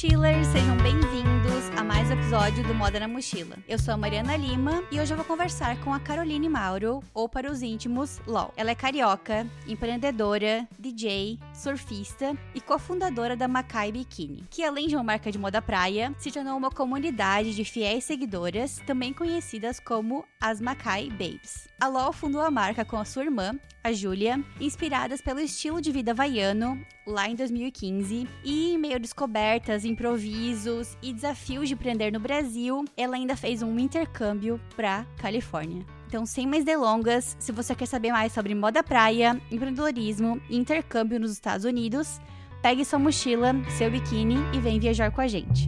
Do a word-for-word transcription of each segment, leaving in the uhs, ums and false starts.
mochilers, sejam bem-vindos a mais um episódio do Moda na Mochila. Eu sou a Mariana Lima e hoje eu vou conversar com a Caroline Mauro, ou para os íntimos, Lol. Ela é carioca, empreendedora, D J, surfista e cofundadora da Macai Bikini, que além de uma marca de moda praia, se tornou uma comunidade de fiéis seguidoras, também conhecidas como as Macai Babes. A Lol fundou a marca com a sua irmã, a Júlia, inspiradas pelo estilo de vida havaiano, lá em dois mil e quinze, e em meio a descobertas, improvisos e desafios de empreender no Brasil, ela ainda fez um intercâmbio pra Califórnia. Então, sem mais delongas, se você quer saber mais sobre moda praia, empreendedorismo e intercâmbio nos Estados Unidos, pegue sua mochila, seu biquíni e vem viajar com a gente.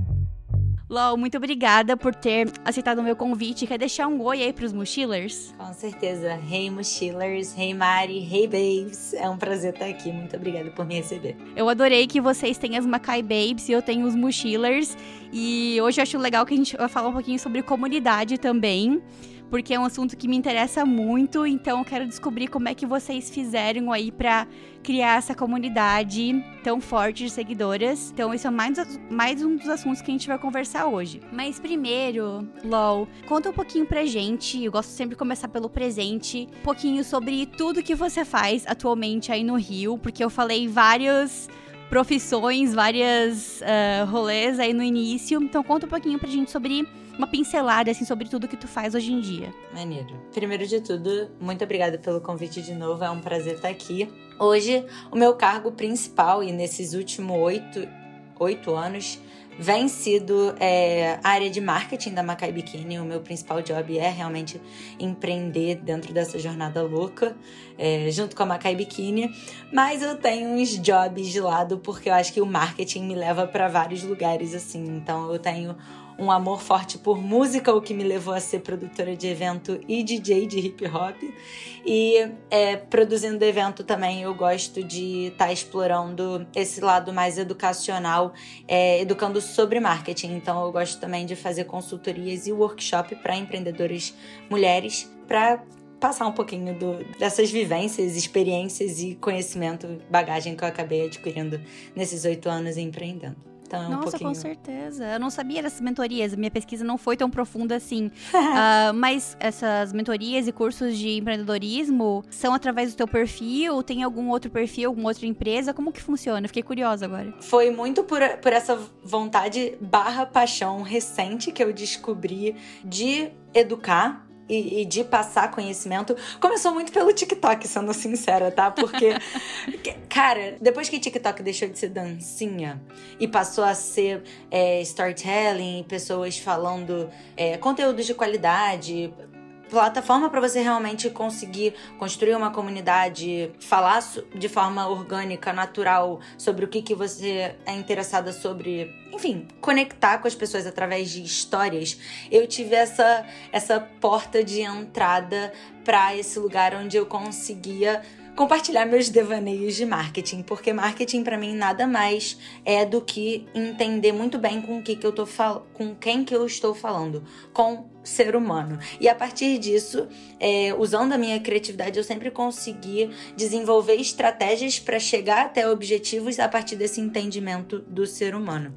Lol, muito obrigada por ter aceitado o meu convite. Quer deixar um oi aí pros mochilers? Com certeza. Hey, mochilers. Hey, Mari. Hey, babes. É um prazer estar aqui. Muito obrigada por me receber. Eu adorei que vocês têm as Macai Babes e eu tenho os mochilers. E hoje eu acho legal que a gente vai falar um pouquinho sobre comunidade também, porque é um assunto que me interessa muito, então eu quero descobrir como é que vocês fizeram aí pra criar essa comunidade tão forte de seguidoras. Então esse é mais, mais um dos assuntos que a gente vai conversar hoje. Mas primeiro, Lol, conta um pouquinho pra gente, eu gosto sempre de começar pelo presente, um pouquinho sobre tudo que você faz atualmente aí no Rio, porque eu falei vários profissões, várias uh, rolês aí no início, então conta um pouquinho pra gente sobre uma pincelada, assim, sobre tudo que tu faz hoje em dia. Maneiro. Primeiro de tudo, muito obrigada pelo convite de novo, é um prazer estar aqui. Hoje, o meu cargo principal, e nesses últimos oito, oito anos, vem sido é, a área de marketing da Macai Bikini. O meu principal job é realmente empreender dentro dessa jornada louca, é, junto com a Macai Bikini. Mas eu tenho uns jobs de lado, porque eu acho que o marketing me leva para vários lugares, assim. Então, eu tenho um amor forte por música, o que me levou a ser produtora de evento e D J de hip hop. E é, produzindo evento também eu gosto de estar tá explorando esse lado mais educacional, é, educando sobre marketing. Então eu gosto também de fazer consultorias e workshop para empreendedoras mulheres, para passar um pouquinho do, dessas vivências, experiências e conhecimento, bagagem que eu acabei adquirindo nesses oito anos empreendendo. Então, Nossa, um pouquinho... com certeza. Eu não sabia dessas mentorias. A minha pesquisa não foi tão profunda assim. uh, mas essas mentorias e cursos de empreendedorismo são através do teu perfil? Tem algum outro perfil, alguma outra empresa? Como que funciona? Fiquei curiosa agora. Foi muito por, por essa vontade barra paixão recente que eu descobri de educar e de passar conhecimento. Começou muito pelo TikTok, sendo sincera, tá? Porque, cara, depois que TikTok deixou de ser dancinha e passou a ser é, storytelling, pessoas falando é, conteúdos de qualidade, plataforma para você realmente conseguir construir uma comunidade, falar de forma orgânica, natural, sobre o que, que você é interessada sobre, enfim, conectar com as pessoas através de histórias. Eu tive essa, essa porta de entrada para esse lugar onde eu conseguia compartilhar meus devaneios de marketing, porque marketing para mim nada mais é do que entender muito bem com o que que eu tô fal- com quem que eu estou falando, com ser humano. E a partir disso, é, usando a minha criatividade, eu sempre consegui desenvolver estratégias para chegar até objetivos a partir desse entendimento do ser humano.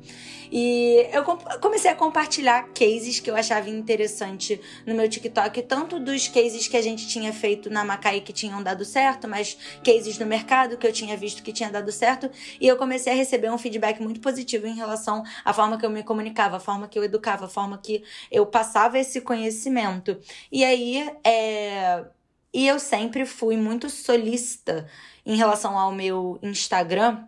E eu comecei a compartilhar cases que eu achava interessante no meu TikTok, tanto dos cases que a gente tinha feito na Macai que tinham dado certo, mas cases no mercado que eu tinha visto que tinha dado certo, e eu comecei a receber um feedback muito positivo em relação à forma que eu me comunicava, a forma que eu educava, a forma que eu passava esse conhecimento. E aí, é... e eu sempre fui muito solícita em relação ao meu Instagram,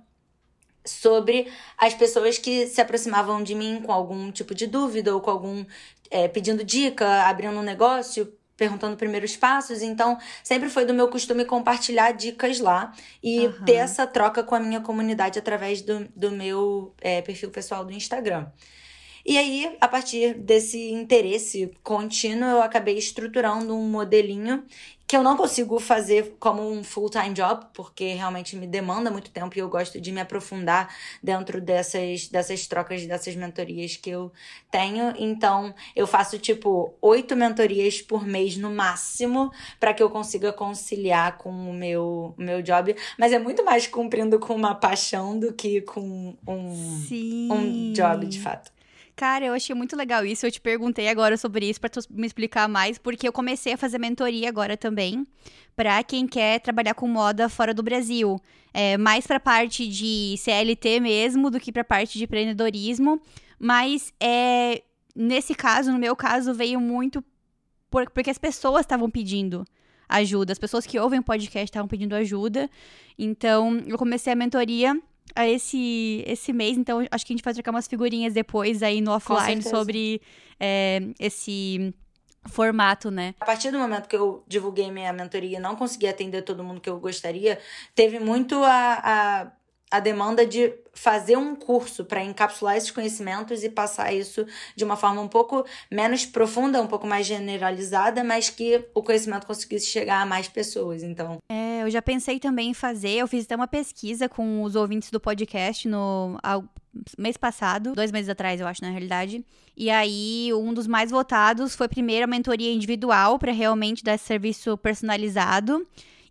sobre as pessoas que se aproximavam de mim com algum tipo de dúvida ou com algum é, pedindo dica, abrindo um negócio, perguntando primeiros passos. Então, sempre foi do meu costume compartilhar dicas lá e uhum. ter essa troca com a minha comunidade através do, do meu é, perfil pessoal do Instagram. E aí, a partir desse interesse contínuo, eu acabei estruturando um modelinho que eu não consigo fazer como um full-time job, porque realmente me demanda muito tempo e eu gosto de me aprofundar dentro dessas, dessas trocas, dessas mentorias que eu tenho. Então, eu faço, tipo, oito mentorias por mês no máximo, para que eu consiga conciliar com o meu, o meu job. Mas é muito mais cumprindo com uma paixão do que com um, Sim. um job, de fato. Cara, eu achei muito legal isso. Eu te perguntei agora sobre isso pra tu me explicar mais, porque eu comecei a fazer mentoria agora também pra quem quer trabalhar com moda fora do Brasil. É, mais pra parte de C L T mesmo do que pra parte de empreendedorismo. Mas é, nesse caso, no meu caso, veio muito por, porque as pessoas estavam pedindo ajuda. As pessoas que ouvem o podcast estavam pedindo ajuda. Então, eu comecei a mentoria a esse, esse mês, então acho que a gente vai trocar umas figurinhas depois aí no offline sobre é, esse formato, né? A partir do momento que eu divulguei minha mentoria e não consegui atender todo mundo que eu gostaria, teve muito a, a, a demanda de fazer um curso para encapsular esses conhecimentos e passar isso de uma forma um pouco menos profunda, um pouco mais generalizada, mas que o conhecimento conseguisse chegar a mais pessoas, então... É, eu já pensei também em fazer, eu fiz até uma pesquisa com os ouvintes do podcast no ao, mês passado, dois meses atrás, eu acho, na realidade, e aí um dos mais votados foi primeiro a mentoria individual para realmente dar esse serviço personalizado,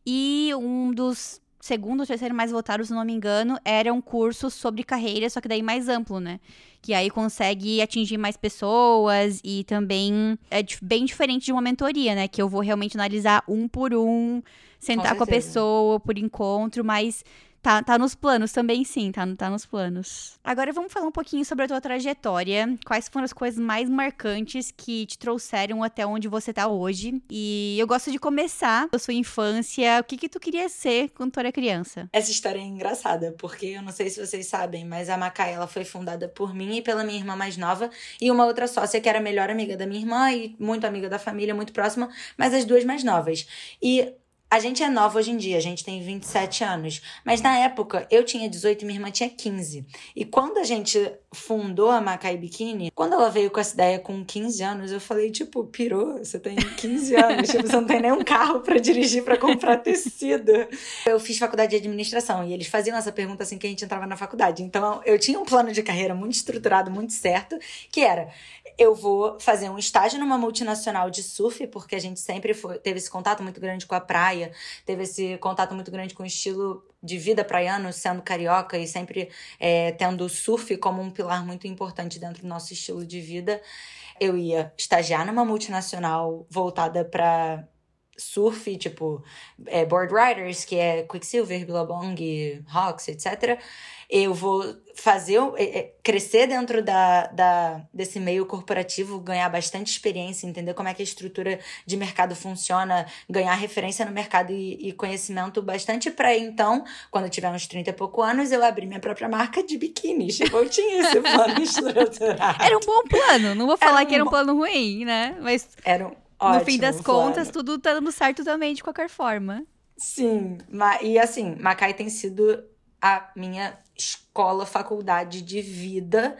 e um dos segundo ou terceiro mais votado, se não me engano, era um curso sobre carreira, só que daí mais amplo, né? Que aí consegue atingir mais pessoas e também é bem diferente de uma mentoria, né? Que eu vou realmente analisar um por um, sentar com, com a pessoa por encontro, mas tá, tá nos planos também, sim, tá, tá nos planos. Agora vamos falar um pouquinho sobre a tua trajetória. Quais foram as coisas mais marcantes que te trouxeram até onde você tá hoje? E eu gosto de começar da sua infância. O que que tu queria ser quando tu era criança? Essa história é engraçada, porque eu não sei se vocês sabem, mas a Macai, ela foi fundada por mim e pela minha irmã mais nova e uma outra sócia que era a melhor amiga da minha irmã e muito amiga da família, muito próxima, mas as duas mais novas. E a gente é nova hoje em dia, a gente tem vinte e sete anos. Mas na época, eu tinha dezoito e minha irmã tinha quinze. E quando a gente fundou a Macai Biquíni, quando ela veio com essa ideia com quinze anos, eu falei, tipo, pirou, você tem quinze anos, tipo, você não tem nem um carro pra dirigir pra comprar tecido. Eu fiz faculdade de administração e eles faziam essa pergunta assim que a gente entrava na faculdade. Então, eu tinha um plano de carreira muito estruturado, muito certo, que era... Eu vou fazer um estágio numa multinacional de surf, porque a gente sempre foi, teve esse contato muito grande com a praia, teve esse contato muito grande com o estilo de vida praiano, sendo carioca e sempre é, tendo o surf como um pilar muito importante dentro do nosso estilo de vida. Eu ia estagiar numa multinacional voltada para surf, tipo é, board riders, que é Quicksilver, Billabong, Hawks, etcétera. Eu vou fazer, é, crescer dentro da, da, desse meio corporativo, ganhar bastante experiência, entender como é que a estrutura de mercado funciona, ganhar referência no mercado e, e conhecimento bastante para então, quando eu tiver uns trinta e pouco anos, eu abrir minha própria marca de biquínis. Tipo, eu tinha esse plano estruturado. Era um bom plano, não vou falar era um que era um plano ruim, né? Mas era um ótimo no fim das plano. Contas, tudo tá dando certo também, de qualquer forma. Sim, e assim, Macai tem sido a minha escola, faculdade de vida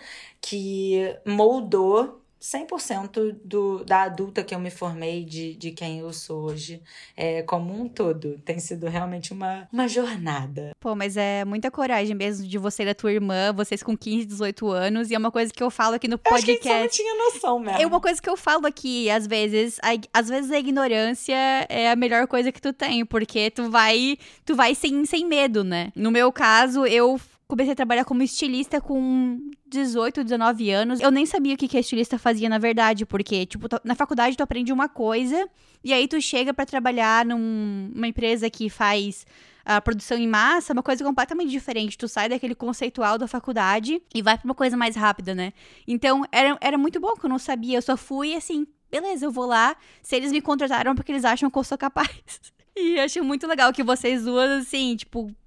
que moldou cem por cento do, da adulta que eu me formei, de, de quem eu sou hoje, é, como um todo. Tem sido realmente uma, uma jornada. Pô, mas é muita coragem mesmo de você e da tua irmã, vocês com quinze, dezoito anos, e é uma coisa que eu falo aqui no podcast. Eu acho que a gente não tinha noção mesmo. É uma coisa que eu falo aqui, às vezes, a, às vezes a ignorância é a melhor coisa que tu tem, porque tu vai, tu vai sem, sem medo, né? No meu caso, eu comecei a trabalhar como estilista com dezoito, dezenove anos. Eu nem sabia o que que a estilista fazia, na verdade, porque, tipo, na faculdade tu aprende uma coisa, e aí tu chega pra trabalhar num, numa empresa que faz a produção em massa, uma coisa completamente diferente. Tu sai daquele conceitual da faculdade e vai pra uma coisa mais rápida, né? Então, era, era muito bom que eu não sabia. Eu só fui assim, beleza, eu vou lá. Se eles me contrataram porque eles acham que eu sou capaz. E eu achei muito legal que vocês duas, assim, tipo,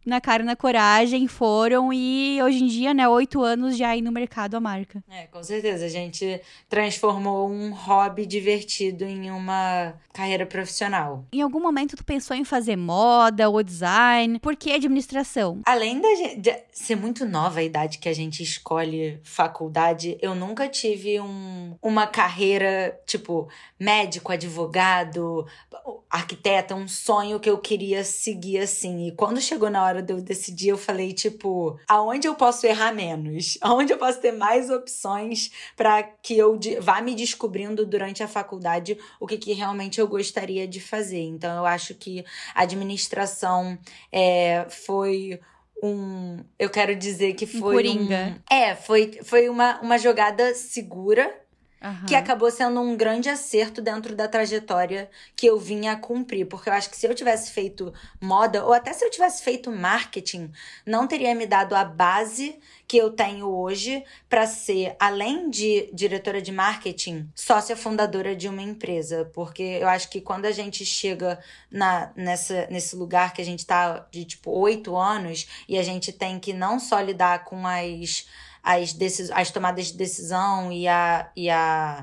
na cara e na coragem, foram e hoje em dia, né, oito anos já aí no mercado a marca. É, com certeza. A gente transformou um hobby divertido em uma carreira profissional. Em algum momento tu pensou em fazer moda ou design? Por que administração? Além da gente, de ser muito nova a idade que a gente escolhe faculdade, eu nunca tive um, uma carreira, tipo, médico, advogado, arquiteta, um sonho que eu queria seguir assim. E quando chegou na hora de eu decidir, eu falei, tipo, aonde eu posso errar menos? Aonde eu posso ter mais opções para que eu de, vá me descobrindo durante a faculdade o que, que realmente eu gostaria de fazer. Então, eu acho que a administração é, foi um... Eu quero dizer que foi um coringa. Um, é, foi, foi uma, uma jogada segura, Uhum. que acabou sendo um grande acerto dentro da trajetória que eu vinha a cumprir. Porque eu acho que se eu tivesse feito moda, ou até se eu tivesse feito marketing, não teria me dado a base que eu tenho hoje para ser, além de diretora de marketing, sócia fundadora de uma empresa. Porque eu acho que quando a gente chega na, nessa, nesse lugar que a gente tá de, tipo, oito anos, e a gente tem que não só lidar com as... As, decis- as tomadas de decisão e, a, e, a,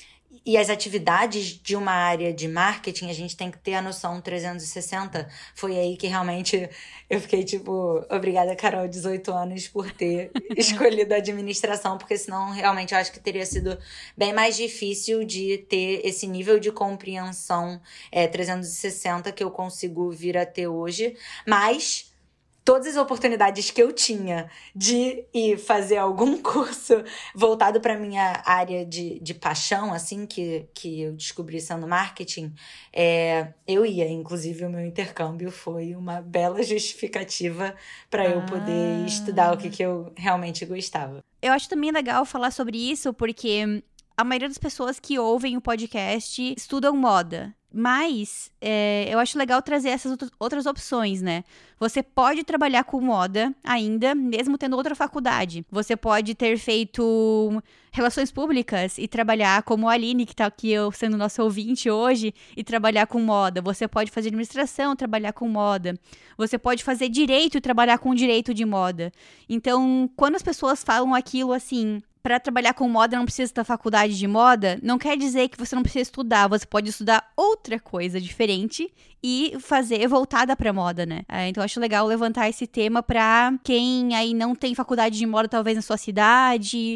e as atividades de uma área de marketing, a gente tem que ter a noção trezentos e sessenta. Foi aí que realmente eu fiquei tipo, obrigada, Carol, dezoito anos, por ter escolhido a administração, porque senão realmente eu acho que teria sido bem mais difícil de ter esse nível de compreensão é, trezentos e sessenta que eu consigo vir a ter hoje. Mas... todas as oportunidades que eu tinha de ir fazer algum curso voltado para minha área de, de paixão, assim, que, que eu descobri sendo marketing, é, eu ia. Inclusive, o meu intercâmbio foi uma bela justificativa para ah. eu poder estudar o que, que eu realmente gostava. Eu acho também legal falar sobre isso, porque a maioria das pessoas que ouvem o podcast estudam moda. Mas é, eu acho legal trazer essas outras opções, né? Você pode trabalhar com moda ainda, mesmo tendo outra faculdade. Você pode ter feito relações públicas e trabalhar como a Aline, que tá aqui eu sendo nossa ouvinte hoje, e trabalhar com moda. Você pode fazer administração, trabalhar com moda. Você pode fazer direito e trabalhar com direito de moda. Então, quando as pessoas falam aquilo assim... para trabalhar com moda não precisa da faculdade de moda, não quer dizer que você não precisa estudar. Você pode estudar outra coisa diferente e fazer voltada pra moda, né? É, então, eu acho legal levantar esse tema pra quem aí não tem faculdade de moda, talvez, na sua cidade,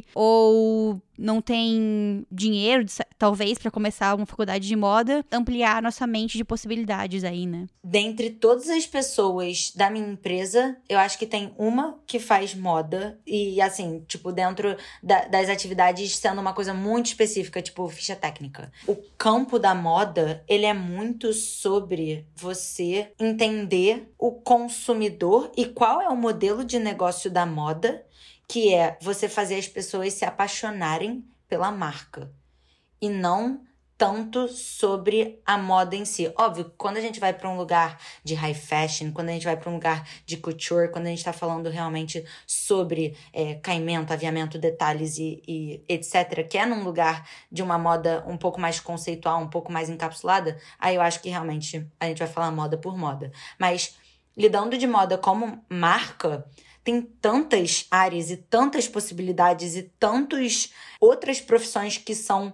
ou não tem dinheiro, talvez, pra começar uma faculdade de moda, ampliar a nossa mente de possibilidades aí, né? Dentre todas as pessoas da minha empresa, eu acho que tem uma que faz moda e, assim, tipo, dentro da, das atividades sendo uma coisa muito específica, tipo, ficha técnica. O campo da moda, ele é muito sobre você entender o consumidor e qual é o modelo de negócio da moda, que é você fazer as pessoas se apaixonarem pela marca e não tanto sobre a moda em si. Óbvio, quando a gente vai para um lugar de high fashion, quando a gente vai para um lugar de couture, quando a gente está falando realmente sobre é, caimento, aviamento, detalhes e, e etcétera, que é num lugar de uma moda um pouco mais conceitual, um pouco mais encapsulada, aí eu acho que realmente a gente vai falar moda por moda. Mas lidando de moda como marca, tem tantas áreas e tantas possibilidades e tantas outras profissões que são,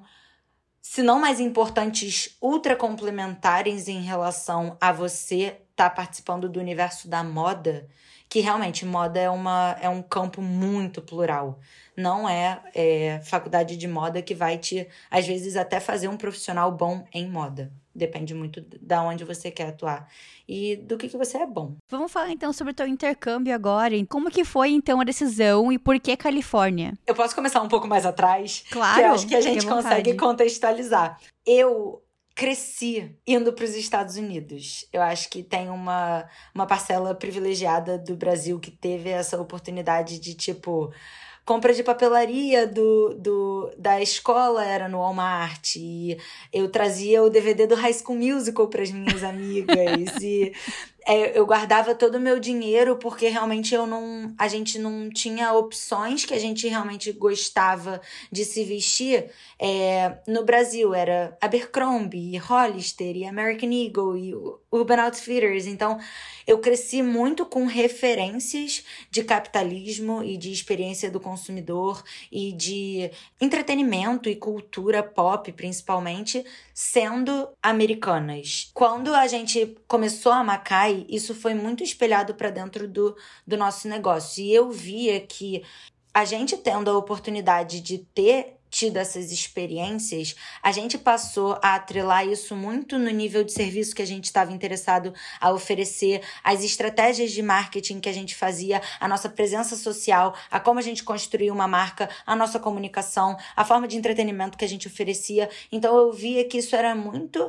se não mais importantes, ultra complementares em relação a você estar tá participando do universo da moda, que realmente moda é, uma, é um campo muito plural. Não é, é faculdade de moda que vai te, às vezes, até fazer um profissional bom em moda. Depende muito da onde você quer atuar e do que, que você é bom. Vamos falar então sobre o teu intercâmbio agora. Como que foi então a decisão e por que Califórnia? Eu posso começar um pouco mais atrás? Claro. Que eu acho que a gente consegue contextualizar. Eu cresci indo para os Estados Unidos. Eu acho que tem uma, uma parcela privilegiada do Brasil que teve essa oportunidade de, tipo... compra de papelaria do, do, da escola era no Walmart. E eu trazia o D V D do High School Musical para as minhas amigas. E É, eu guardava todo o meu dinheiro porque realmente eu não, a gente não tinha opções que a gente realmente gostava de se vestir é, no Brasil. Era Abercrombie, Hollister, e American Eagle e Urban Outfitters. Então eu cresci muito com referências de capitalismo e de experiência do consumidor e de entretenimento e cultura pop, principalmente, sendo americanas. Quando a gente começou a Macai, isso foi muito espelhado para dentro do, do nosso negócio. E eu via que a gente tendo a oportunidade de ter tido essas experiências, a gente passou a atrelar isso muito no nível de serviço que a gente estava interessado a oferecer, as estratégias de marketing que a gente fazia, a nossa presença social, a como a gente construía uma marca, a nossa comunicação, a forma de entretenimento que a gente oferecia. Então eu via que isso era muito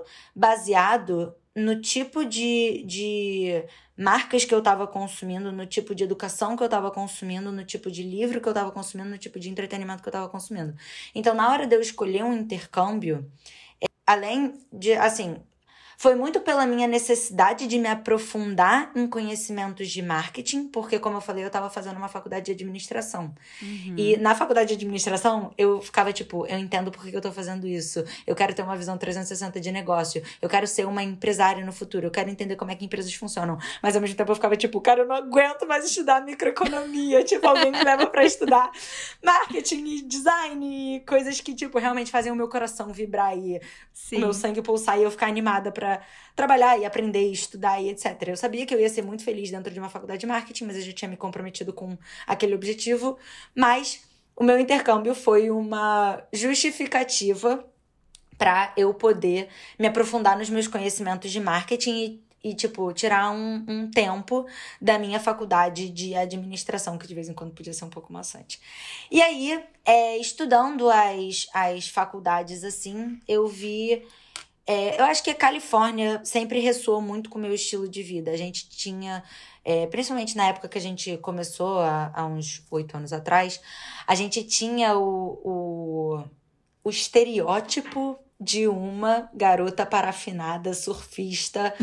baseado no tipo de, de marcas que eu estava consumindo, no tipo de educação que eu estava consumindo, no tipo de livro que eu estava consumindo, no tipo de entretenimento que eu estava consumindo. Então, na hora de eu escolher um intercâmbio, é, além de, assim, foi muito pela minha necessidade de me aprofundar em conhecimentos de marketing, porque, como eu falei, eu estava fazendo uma faculdade de administração. Uhum. E na faculdade de administração, eu ficava tipo, eu entendo por que eu tô fazendo isso. Eu quero ter uma visão trezentos e sessenta de negócio. Eu quero ser uma empresária no futuro. Eu quero entender como é que empresas funcionam. Mas, ao mesmo tempo, eu ficava tipo, cara, eu não aguento mais estudar microeconomia. Tipo, alguém me leva pra estudar marketing e design e coisas que, tipo, realmente fazem o meu coração vibrar e Sim. o meu sangue pulsar e eu ficar animada pra trabalhar e aprender, e estudar e etcétera. Eu sabia que eu ia ser muito feliz dentro de uma faculdade de marketing, mas eu já tinha me comprometido com aquele objetivo. Mas o meu intercâmbio foi uma justificativa para eu poder me aprofundar nos meus conhecimentos de marketing e, e tipo, tirar um, um tempo da minha faculdade de administração, que de vez em quando podia ser um pouco maçante. E aí, é, estudando as, as faculdades assim, eu vi... É, eu acho que a Califórnia sempre ressoou muito com o meu estilo de vida. A gente tinha, é, principalmente na época que a gente começou, há, há uns oito anos atrás, a gente tinha o, o, o estereótipo de uma garota parafinada, surfista,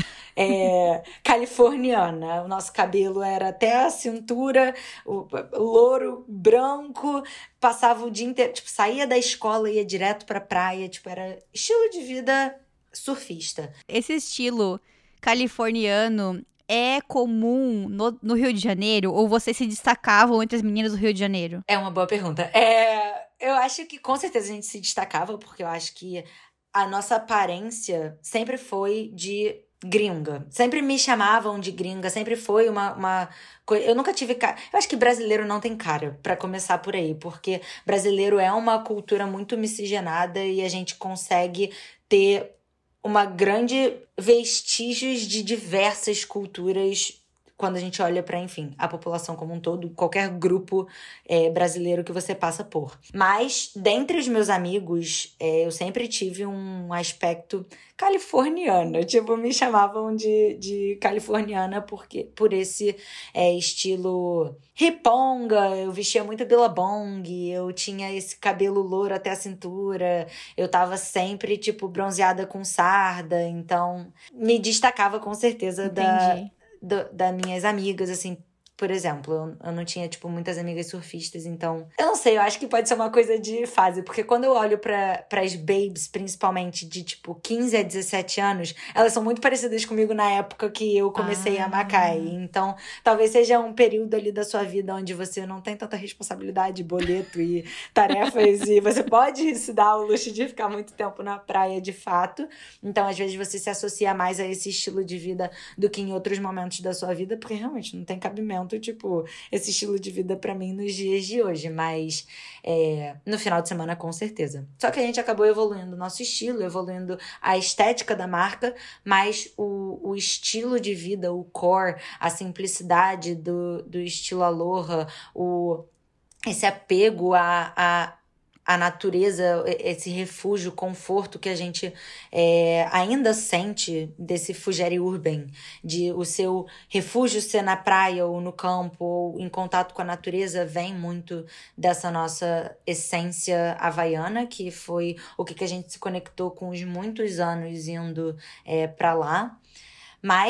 é, californiana. O nosso cabelo era até a cintura, o, o louro, branco, passava o dia inteiro, tipo, saía da escola, ia direto pra praia, tipo, era estilo de vida surfista. Esse estilo californiano é comum no, no Rio de Janeiro? Ou vocês se destacavam entre as meninas do Rio de Janeiro? É uma boa pergunta. É, eu acho que com certeza a gente se destacava, porque eu acho que a nossa aparência sempre foi de gringa. Sempre me chamavam de gringa, sempre foi uma, uma coisa... Eu nunca tive cara... Eu acho que brasileiro não tem cara, pra começar por aí, porque brasileiro é uma cultura muito miscigenada e a gente consegue ter uma grande vestígios de diversas culturas quando a gente olha para, enfim, a população como um todo, qualquer grupo é, brasileiro que você passa por. Mas, dentre os meus amigos, é, eu sempre tive um aspecto californiano. Tipo, me chamavam de, de californiana porque, por esse é, estilo riponga. Eu vestia muito billabong, eu tinha esse cabelo louro até a cintura, eu tava sempre, tipo, bronzeada com sarda. Então, me destacava com certeza da... Do, das minhas amigas, assim, por exemplo, eu, eu não tinha, tipo, muitas amigas surfistas, então... Eu não sei, eu acho que pode ser uma coisa de fase, porque quando eu olho pra, pras babes, principalmente de, tipo, quinze a dezessete anos, elas são muito parecidas comigo na época que eu comecei ah. a Macai. Então, talvez seja um período ali da sua vida onde você não tem tanta responsabilidade, boleto e tarefas, e você pode se dar o luxo de ficar muito tempo na praia, de fato. Então, às vezes, você se associa mais a esse estilo de vida do que em outros momentos da sua vida, porque realmente não tem cabimento, tipo, esse estilo de vida pra mim nos dias de hoje, mas é, no final de semana, com certeza. Só que a gente acabou evoluindo o nosso estilo, evoluindo a estética da marca, mas o, o estilo de vida, o core, a simplicidade do, do estilo Aloha, o, esse apego a, a a natureza, esse refúgio, conforto que a gente é, ainda sente desse Fugere Urban, de o seu refúgio ser na praia ou no campo ou em contato com a natureza, vem muito dessa nossa essência havaiana, que foi o que a gente se conectou com os muitos anos indo é, para lá. Mas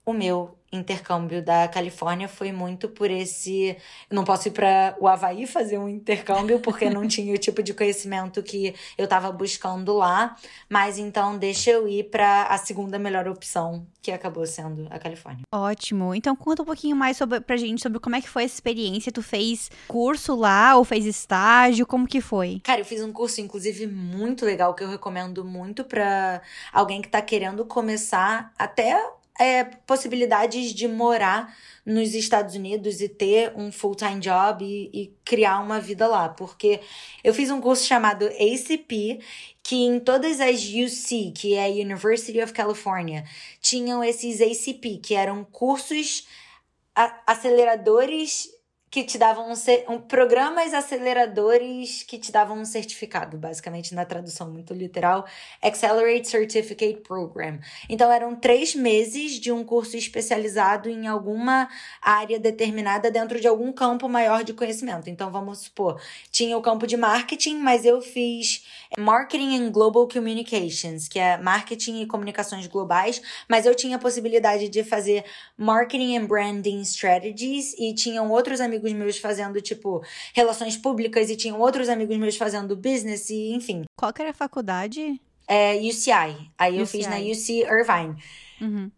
o meu intercâmbio da Califórnia foi muito por esse... Eu não posso ir para o Havaí fazer um intercâmbio porque não tinha o tipo de conhecimento que eu estava buscando lá, mas então deixa eu ir para a segunda melhor opção, que acabou sendo a Califórnia. Ótimo. Então conta um pouquinho mais sobre, pra gente sobre como é que foi essa experiência. Tu fez curso lá ou fez estágio? Como que foi? Cara, eu fiz um curso, inclusive, muito legal, que eu recomendo muito para alguém que tá querendo começar até... É, possibilidades de morar nos Estados Unidos e ter um full-time job e, e criar uma vida lá. Porque eu fiz um curso chamado A C P, que em todas as U C, que é University of California, tinham esses A C P, que eram cursos a- aceleradores que te davam um, ce- um programas aceleradores que te davam um certificado, basicamente, na tradução muito literal, Accelerate Certificate Program. Então, eram três meses de um curso especializado em alguma área determinada dentro de algum campo maior de conhecimento. Então, vamos supor, tinha o campo de marketing, mas eu fiz Marketing and Global Communications, que é marketing e comunicações globais, mas eu tinha a possibilidade de fazer Marketing and Branding Strategies e tinham outros amigos meus fazendo, tipo, relações públicas e tinham outros amigos meus fazendo business e, enfim. Qual que era a faculdade? É U C I. Aí eu U C I. fiz na U C Irvine. Uhum.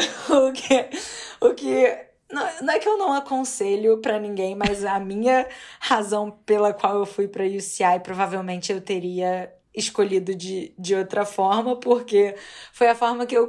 o que... O que... Não, não é que eu não aconselho pra ninguém, mas a minha razão pela qual eu fui pra U C I, provavelmente eu teria escolhido de, de outra forma, porque foi a forma que eu...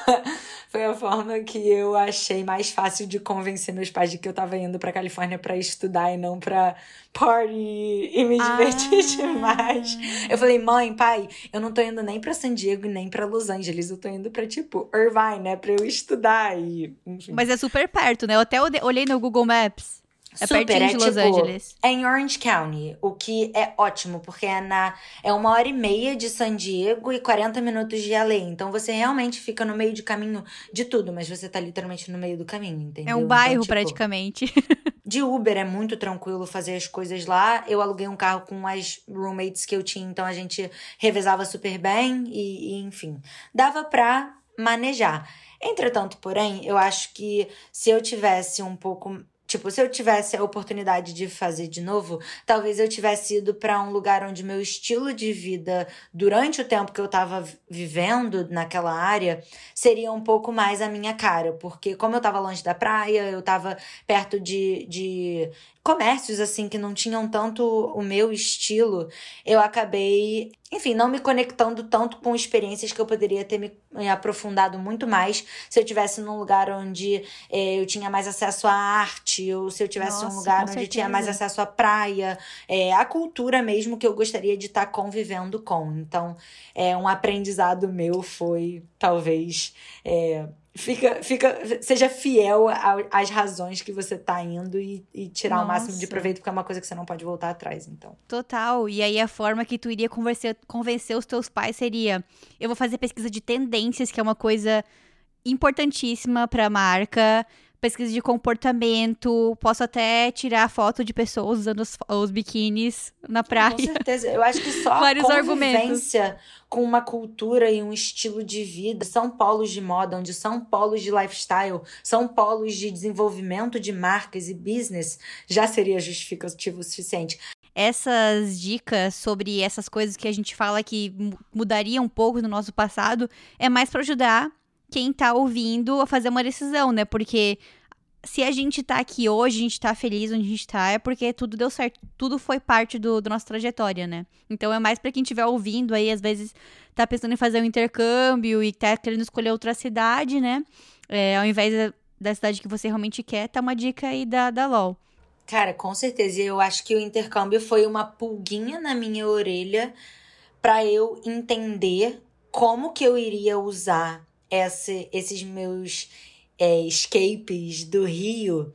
Foi a forma que eu achei mais fácil de convencer meus pais de que eu tava indo pra Califórnia pra estudar e não pra party e me divertir Ah. demais. Eu falei, mãe, pai, eu não tô indo nem pra San Diego e nem pra Los Angeles. Eu tô indo pra, tipo, Irvine, né? Pra eu estudar e... Enfim. Mas é super perto, né? Eu até ode- olhei no Google Maps. É Super, pertinho é de Los tipo, Angeles. é em Orange County, o que é ótimo, porque é, na, é uma hora e meia de San Diego e quarenta minutos de L A. Então você realmente fica no meio de caminho de tudo, mas você tá literalmente no meio do caminho, entendeu? É um bairro, então, tipo, praticamente. de Uber é muito tranquilo fazer as coisas lá. Eu aluguei um carro com as roommates que eu tinha, então a gente revezava super bem e, e enfim, dava pra manejar. Entretanto, porém, eu acho que se eu tivesse um pouco... Tipo, se eu tivesse a oportunidade de fazer de novo, talvez eu tivesse ido para um lugar onde meu estilo de vida, durante o tempo que eu tava vivendo naquela área, seria um pouco mais a minha cara. Porque como eu tava longe da praia, eu tava perto de, de comércios, assim, que não tinham tanto o meu estilo, eu acabei, enfim, não me conectando tanto com experiências que eu poderia ter me, me aprofundado muito mais se eu tivesse num lugar onde é, eu tinha mais acesso à arte, ou se eu tivesse Nossa, um lugar com onde tinha mais certeza. acesso à praia, é, a cultura mesmo que eu gostaria de estar convivendo com. Então, é, um aprendizado meu foi, talvez... É, Fica, fica, seja fiel a- às razões que você tá indo e, e tirar o máximo de Nossa. proveito, porque é uma coisa que você não pode voltar atrás, então. Total. E aí a forma que tu iria convencer, convencer os teus pais seria: eu vou fazer pesquisa de tendências, que é uma coisa importantíssima pra marca. Pesquisa de comportamento. Posso até tirar foto de pessoas usando os, os biquínis na praia. Com certeza. Eu acho que só a Vários convivência com uma cultura e um estilo de vida, são polos de moda, onde são polos de lifestyle, são polos de desenvolvimento de marcas e business, já seria justificativo o suficiente. Essas dicas sobre essas coisas que a gente fala que mu- mudaria um pouco no nosso passado é mais pra ajudar quem tá ouvindo a fazer uma decisão, né? Porque se a gente tá aqui hoje, a gente tá feliz onde a gente tá, é porque tudo deu certo, tudo foi parte do, do nossa trajetória, né? Então é mais pra quem estiver ouvindo aí, às vezes tá pensando em fazer um intercâmbio e tá querendo escolher outra cidade, né? É, ao invés da, da cidade que você realmente quer, tá uma dica aí da, da L O L. Cara, com certeza. E eu acho que o intercâmbio foi uma pulguinha na minha orelha pra eu entender como que eu iria usar esse, esses meus é, escapes do Rio.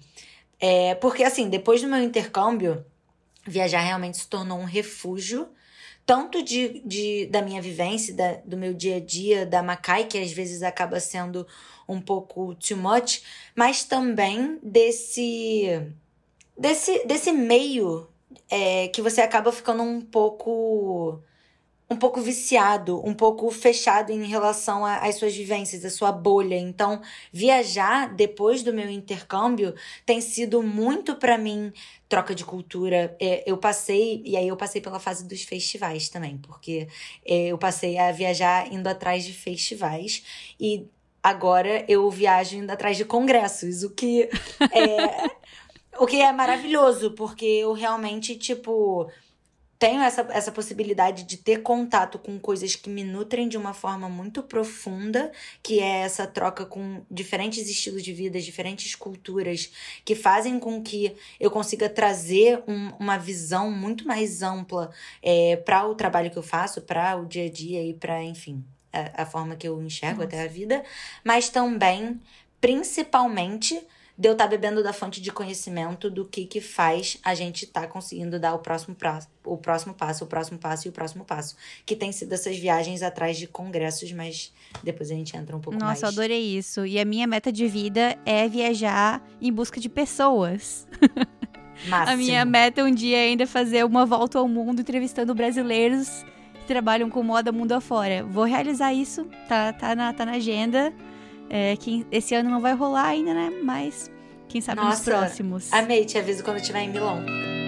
É, porque, assim, depois do meu intercâmbio, viajar realmente se tornou um refúgio, tanto de, de, da minha vivência, da, do meu dia a dia, da Macai, que às vezes acaba sendo um pouco too much, mas também desse, desse, desse meio é, que você acaba ficando um pouco... um pouco viciado, um pouco fechado em relação às suas vivências, à sua bolha. Então, viajar depois do meu intercâmbio tem sido muito pra mim troca de cultura. Eu passei, e aí eu passei pela fase dos festivais também, porque eu passei a viajar indo atrás de festivais e agora eu viajo indo atrás de congressos, o que é, o que é maravilhoso, porque eu realmente, tipo, tenho essa, essa possibilidade de ter contato com coisas que me nutrem de uma forma muito profunda, que é essa troca com diferentes estilos de vida, diferentes culturas, que fazem com que eu consiga trazer um, uma visão muito mais ampla é, para o trabalho que eu faço, para o dia a dia e para, enfim, a, a forma que eu enxergo Nossa. Até a vida, mas também, principalmente, de eu estar bebendo da fonte de conhecimento do que que faz a gente estar tá conseguindo dar o próximo, pra, o próximo passo, o próximo passo e o próximo passo. Que tem sido essas viagens atrás de congressos, mas depois a gente entra um pouco Nossa, mais. Nossa, eu adorei isso. E a minha meta de vida é viajar em busca de pessoas. Máximo. A minha meta um dia é ainda fazer uma volta ao mundo entrevistando brasileiros que trabalham com moda mundo afora. Vou realizar isso, tá, tá, na, tá na agenda. É, que esse ano não vai rolar ainda, né? Mas quem sabe Nossa, nos próximos. Amei, te aviso quando eu estiver em Milão.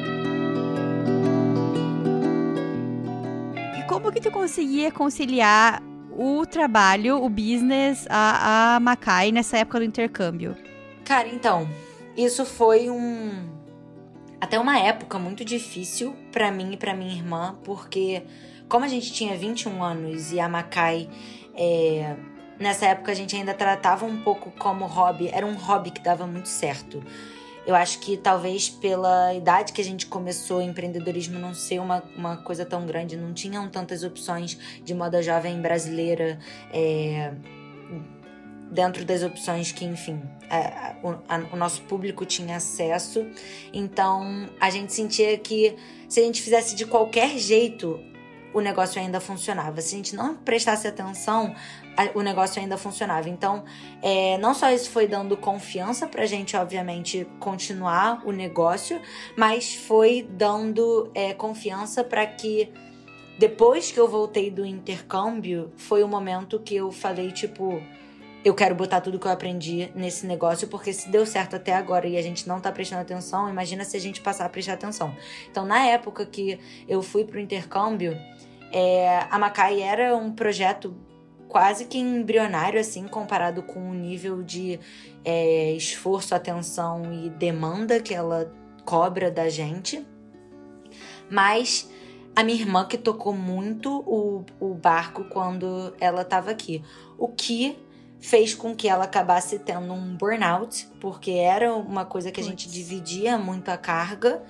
E como que tu conseguia conciliar o trabalho, o business, a, a Macai nessa época do intercâmbio? Cara, então, isso foi um... até uma época muito difícil pra mim e pra minha irmã, porque como a gente tinha vinte e um anos e a Macai... É... Nessa época a gente ainda tratava um pouco como hobby, era um hobby que dava muito certo. Eu acho que talvez pela idade que a gente começou o empreendedorismo não ser uma, uma coisa tão grande, não tinham tantas opções de moda jovem brasileira é, dentro das opções que, enfim, a, a, a, o nosso público tinha acesso. Então a gente sentia que se a gente fizesse de qualquer jeito, o negócio ainda funcionava. Se a gente não prestasse atenção, o negócio ainda funcionava. Então, é, não só isso foi dando confiança pra gente, obviamente, continuar o negócio, mas foi dando é, confiança pra que depois que eu voltei do intercâmbio, foi o momento que eu falei, tipo, eu quero botar tudo que eu aprendi nesse negócio, porque se deu certo até agora e a gente não tá prestando atenção, imagina se a gente passar a prestar atenção. Então, na época que eu fui pro intercâmbio, é, a Macai era um projeto quase que embrionário, assim, comparado com o nível de é, esforço, atenção e demanda que ela cobra da gente. Mas a minha irmã que tocou muito o, o barco quando ela estava aqui. O que fez com que ela acabasse tendo um burnout, porque era uma coisa que a gente dividia muito a carga.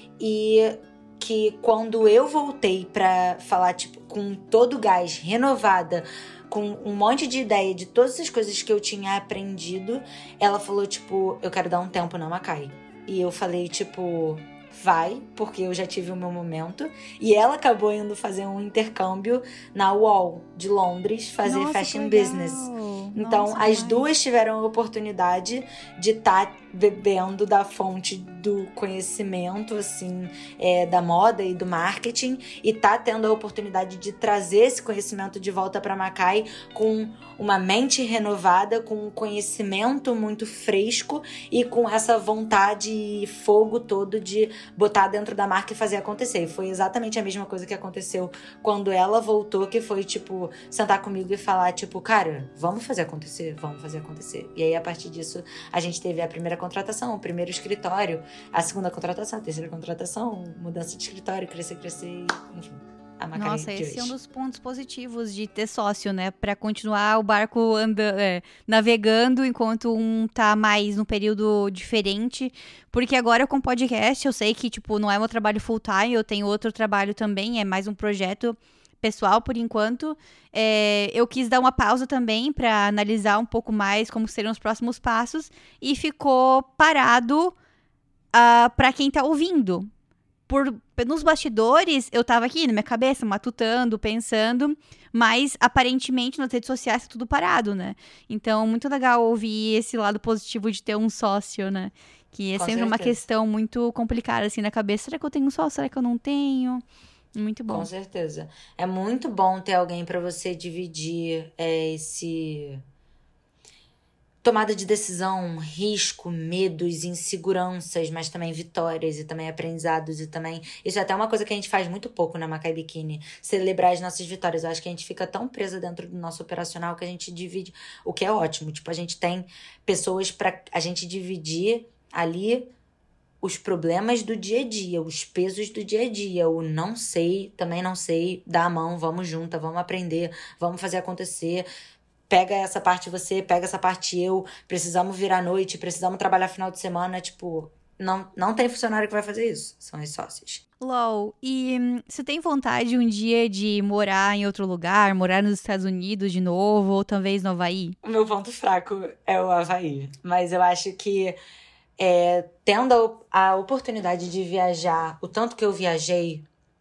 E que quando eu voltei pra falar, tipo, com todo o gás, renovada, com um monte de ideia de todas as coisas que eu tinha aprendido, ela falou, tipo, eu quero dar um tempo na Macai. E eu falei, tipo, vai, porque eu já tive o meu momento. E ela acabou indo fazer um intercâmbio na U O L de Londres, fazer Nossa, fashion business. Então, Nossa, as demais. duas tiveram a oportunidade de estar tá bebendo da fonte do conhecimento, assim, é, da moda e do marketing, e tá tendo a oportunidade de trazer esse conhecimento de volta para Macai com uma mente renovada, com um conhecimento muito fresco e com essa vontade e fogo todo de botar dentro da marca e fazer acontecer. E foi exatamente a mesma coisa que aconteceu quando ela voltou, que foi, tipo, sentar comigo e falar, tipo, cara, vamos fazer acontecer, vamos fazer acontecer. E aí, a partir disso, a gente teve a primeira contratação, o primeiro escritório, a segunda contratação, a terceira contratação, mudança de escritório, crescer, crescer, enfim. A Macai Nossa, de esse hoje. é um dos pontos positivos de ter sócio, né? Pra continuar o barco anda, é, navegando enquanto um tá mais num período diferente. Porque agora com podcast, eu sei que, tipo, não é meu trabalho full time, eu tenho outro trabalho também, é mais um projeto pessoal por enquanto. É, eu quis dar uma pausa também pra analisar um pouco mais como seriam os próximos passos. E ficou parado uh, pra quem tá ouvindo. Por, nos bastidores, eu tava aqui na minha cabeça, matutando, pensando, mas aparentemente nas redes sociais tá tudo parado, né? Então, muito legal ouvir esse lado positivo de ter um sócio, né? Que é Com sempre uma certeza. questão muito complicada, assim, na cabeça. Será que eu tenho um sócio? Será que eu não tenho? Muito bom. Com certeza. É muito bom ter alguém pra você dividir é, esse... tomada de decisão, risco, medos, inseguranças, mas também vitórias e também aprendizados e também... Isso é até uma coisa que a gente faz muito pouco na Maccabi Bikini, celebrar as nossas vitórias. Eu acho que a gente fica tão presa dentro do nosso operacional que a gente divide, o que é ótimo. Tipo, a gente tem pessoas pra a gente dividir ali os problemas do dia a dia, os pesos do dia a dia, o não sei, também não sei, dá a mão, vamos juntas, vamos aprender, vamos fazer acontecer... Pega essa parte você, pega essa parte eu, precisamos virar à noite, precisamos trabalhar final de semana, tipo, não, não tem funcionário que vai fazer isso, são as sócias. Lol, e hum, você tem vontade um dia de morar em outro lugar, morar nos Estados Unidos de novo, ou talvez no Havaí? O meu ponto fraco é o Havaí, mas eu acho que é, tendo a, a oportunidade de viajar, o tanto que eu viajei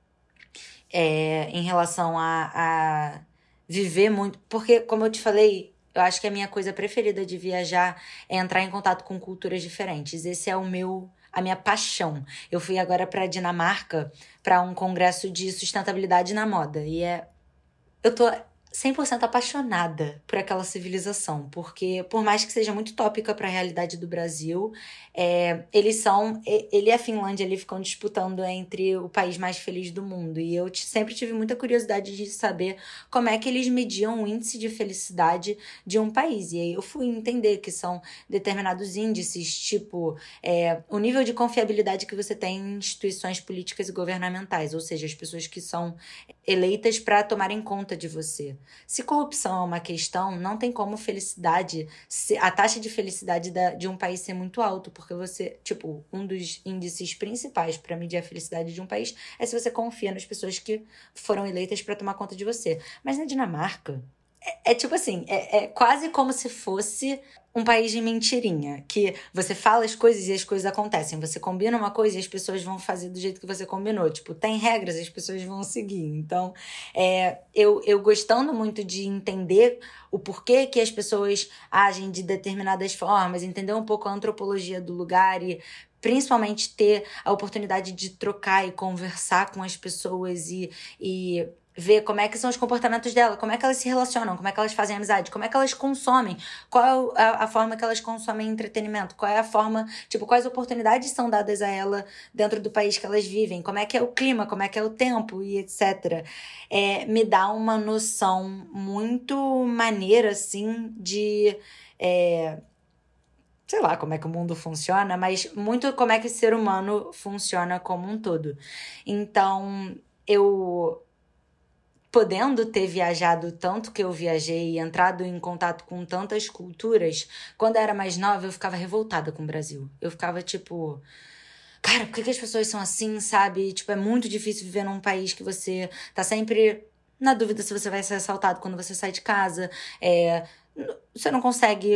é, em relação a... a viver muito, porque como eu te falei, eu acho que a minha coisa preferida de viajar é entrar em contato com culturas diferentes. Esse é o meu, a minha paixão. Eu fui agora para Dinamarca para um congresso de sustentabilidade na moda e é eu tô cem por cento apaixonada por aquela civilização, porque por mais que seja muito tópica para a realidade do Brasil, é, eles são, ele e a Finlândia ali ficam disputando entre o país mais feliz do mundo, e eu t- sempre tive muita curiosidade de saber como é que eles mediam o índice de felicidade de um país, e aí eu fui entender que são determinados índices, tipo é, o nível de confiabilidade que você tem em instituições políticas e governamentais, ou seja, as pessoas que são eleitas para tomarem conta de você. Se corrupção é uma questão, não tem como felicidade, a taxa de felicidade da, de um país ser muito alto, porque você, tipo, um dos índices principais para medir a felicidade de um país é se você confia nas pessoas que foram eleitas para tomar conta de você. Mas na Dinamarca, é, é tipo assim, é, é quase como se fosse um país de mentirinha, que você fala as coisas e as coisas acontecem. Você combina uma coisa e as pessoas vão fazer do jeito que você combinou. Tipo, tem regras, as pessoas vão seguir. Então, é, eu, eu gostando muito de entender o porquê que as pessoas agem de determinadas formas, entender um pouco a antropologia do lugar e principalmente ter a oportunidade de trocar e conversar com as pessoas e... e ver como é que são os comportamentos dela, como é que elas se relacionam, como é que elas fazem amizade, como é que elas consomem, qual é a, a forma que elas consomem entretenimento, qual é a forma, tipo, quais oportunidades são dadas a ela dentro do país que elas vivem, como é que é o clima, como é que é o tempo e etcétera. É, me dá uma noção muito maneira, assim, de... É, sei lá como é que o mundo funciona, mas muito como é que o ser humano funciona como um todo. Então, eu... podendo ter viajado tanto que eu viajei e entrado em contato com tantas culturas, quando eu era mais nova eu ficava revoltada com o Brasil. Eu ficava tipo, cara, por que, que as pessoas são assim, sabe? Tipo, é muito difícil viver num país que você tá sempre na dúvida se você vai ser assaltado quando você sai de casa. É, você não consegue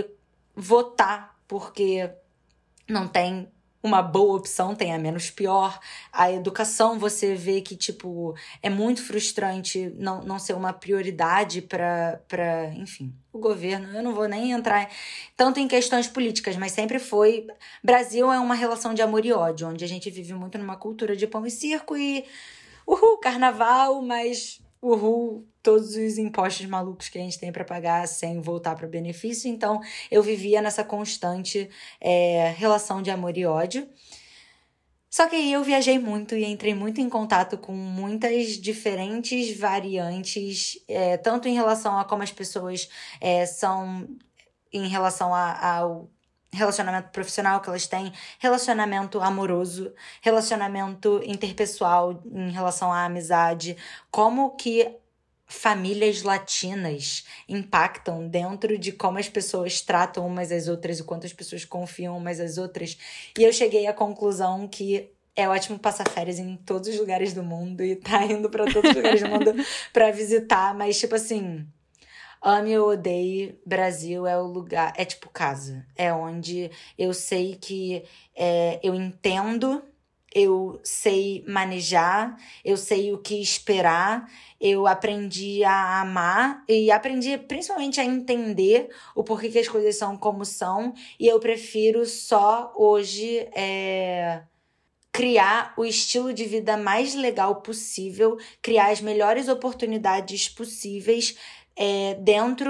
votar porque não tem uma boa opção, tem a menos pior. A educação, você vê que, tipo, é muito frustrante não, não ser uma prioridade para, para, enfim, o governo. Eu não vou nem entrar tanto em questões políticas, mas sempre foi... Brasil é uma relação de amor e ódio, onde a gente vive muito numa cultura de pão e circo e... Uhul, carnaval, mas... Uhul, todos os impostos malucos que a gente tem para pagar sem voltar para benefício. Então, eu vivia nessa constante é, relação de amor e ódio. Só que aí eu viajei muito e entrei muito em contato com muitas diferentes variantes, é, tanto em relação a como as pessoas é, são em relação a, ao relacionamento profissional que elas têm, relacionamento amoroso, relacionamento interpessoal em relação à amizade, como que famílias latinas impactam dentro de como as pessoas tratam umas às outras e quanto as pessoas confiam umas às outras. E eu cheguei à conclusão que é ótimo passar férias em todos os lugares do mundo e tá indo pra todos os lugares do mundo pra visitar, mas tipo assim... Ame ou odeie, Brasil é o lugar, é tipo casa. É onde eu sei que é, eu entendo, eu sei manejar, eu sei o que esperar, eu aprendi a amar e aprendi principalmente a entender o porquê que as coisas são como são. E eu prefiro só hoje... É, criar o estilo de vida mais legal possível, criar as melhores oportunidades possíveis é, dentro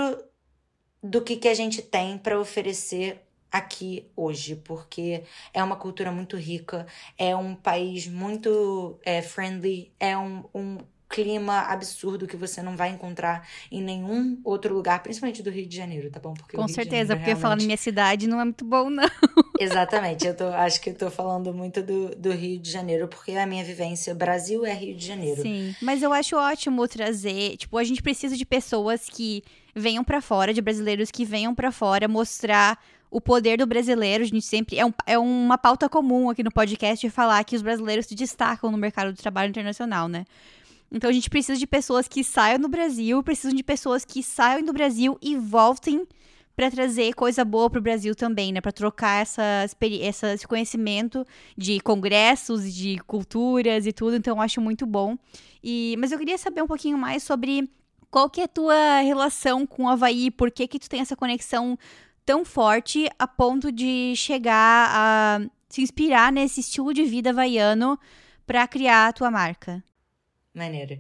do que, que a gente tem para oferecer aqui hoje, porque é uma cultura muito rica, é um país muito é, friendly, é um, um clima absurdo que você não vai encontrar em nenhum outro lugar, principalmente do Rio de Janeiro, tá bom? Porque Com certeza, porque realmente... falando em minha cidade não é muito bom, não. Exatamente, eu tô, acho que eu tô falando muito do, do Rio de Janeiro, porque a minha vivência, Brasil é Rio de Janeiro. Sim, mas eu acho ótimo trazer, tipo, a gente precisa de pessoas que venham pra fora, de brasileiros que venham pra fora, mostrar o poder do brasileiro. A gente sempre, é, um, é uma pauta comum aqui no podcast falar que os brasileiros se destacam no mercado do trabalho internacional, né? Então a gente precisa de pessoas que saiam do Brasil, precisam de pessoas que saiam do Brasil e voltem para trazer coisa boa pro Brasil também, né? Para trocar essa, essa, esse conhecimento de congressos, de culturas e tudo. Então eu acho muito bom. E, mas eu queria saber um pouquinho mais sobre qual que é a tua relação com o Havaí, por que que tu tem essa conexão tão forte a ponto de chegar a se inspirar nesse estilo de vida havaiano para criar a tua marca. Maneiro.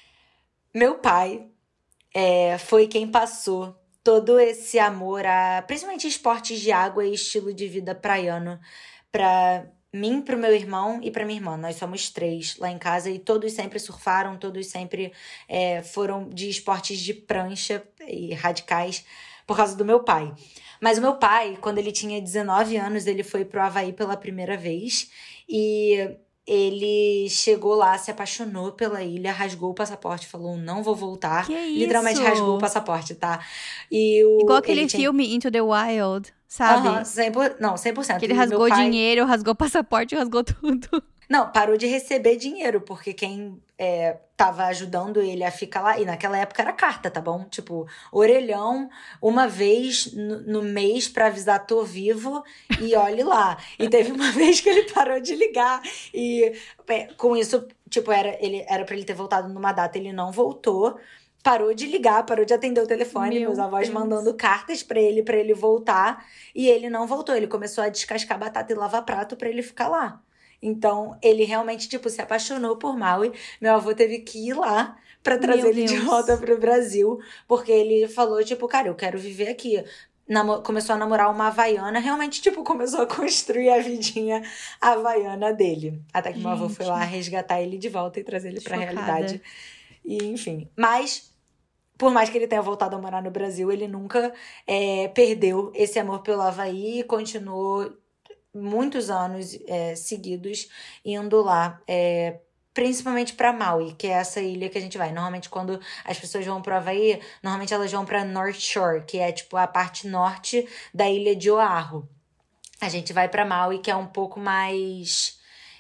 Meu pai é, foi quem passou todo esse amor a, principalmente, esportes de água e estilo de vida praiano pra mim, pro meu irmão e pra minha irmã. Nós somos três lá em casa e todos sempre surfaram, todos sempre é, foram de esportes de prancha e radicais por causa do meu pai. Mas o meu pai, quando ele tinha dezenove anos, ele foi pro Havaí pela primeira vez e... ele chegou lá, se apaixonou pela ilha, rasgou o passaporte, falou, não vou voltar. Que isso? Literalmente rasgou o passaporte, tá? E o, Igual aquele tinha... filme Into the Wild, sabe? Uhum, cem por cento, não, cem por cento. Que ele E rasgou pai... dinheiro, rasgou passaporte, rasgou tudo. Não, parou de receber dinheiro, porque quem é, tava ajudando ele a ficar lá, e naquela época era carta, tá bom? Tipo, orelhão, uma vez no, no mês pra avisar, tô vivo, e olhe lá. E teve uma vez que ele parou de ligar, e é, com isso, tipo, era, ele, era pra ele ter voltado numa data, ele não voltou, parou de ligar, parou de atender o telefone, Meu meus avós Deus. mandando cartas pra ele, pra ele voltar, e ele não voltou, ele começou a descascar batata e lavar prato pra ele ficar lá. Então, ele realmente, tipo, se apaixonou por Maui. Meu avô teve que ir lá pra trazer Meu ele de Deus. volta pro Brasil. Porque ele falou, tipo, cara, eu quero viver aqui. Namo- começou a namorar uma havaiana. Realmente, tipo, começou a construir a vidinha havaiana dele. Até que meu avô foi lá resgatar ele de volta e trazer ele pra Chocada. realidade. E, enfim. Mas... por mais que ele tenha voltado a morar no Brasil, ele nunca é, perdeu esse amor pelo Havaí e continuou muitos anos é, seguidos indo lá, é, principalmente para Maui, que é essa ilha que a gente vai. Normalmente, quando as pessoas vão pro Havaí, normalmente elas vão para North Shore, que é tipo a parte norte da ilha de Oahu. A gente vai para Maui, que é um pouco mais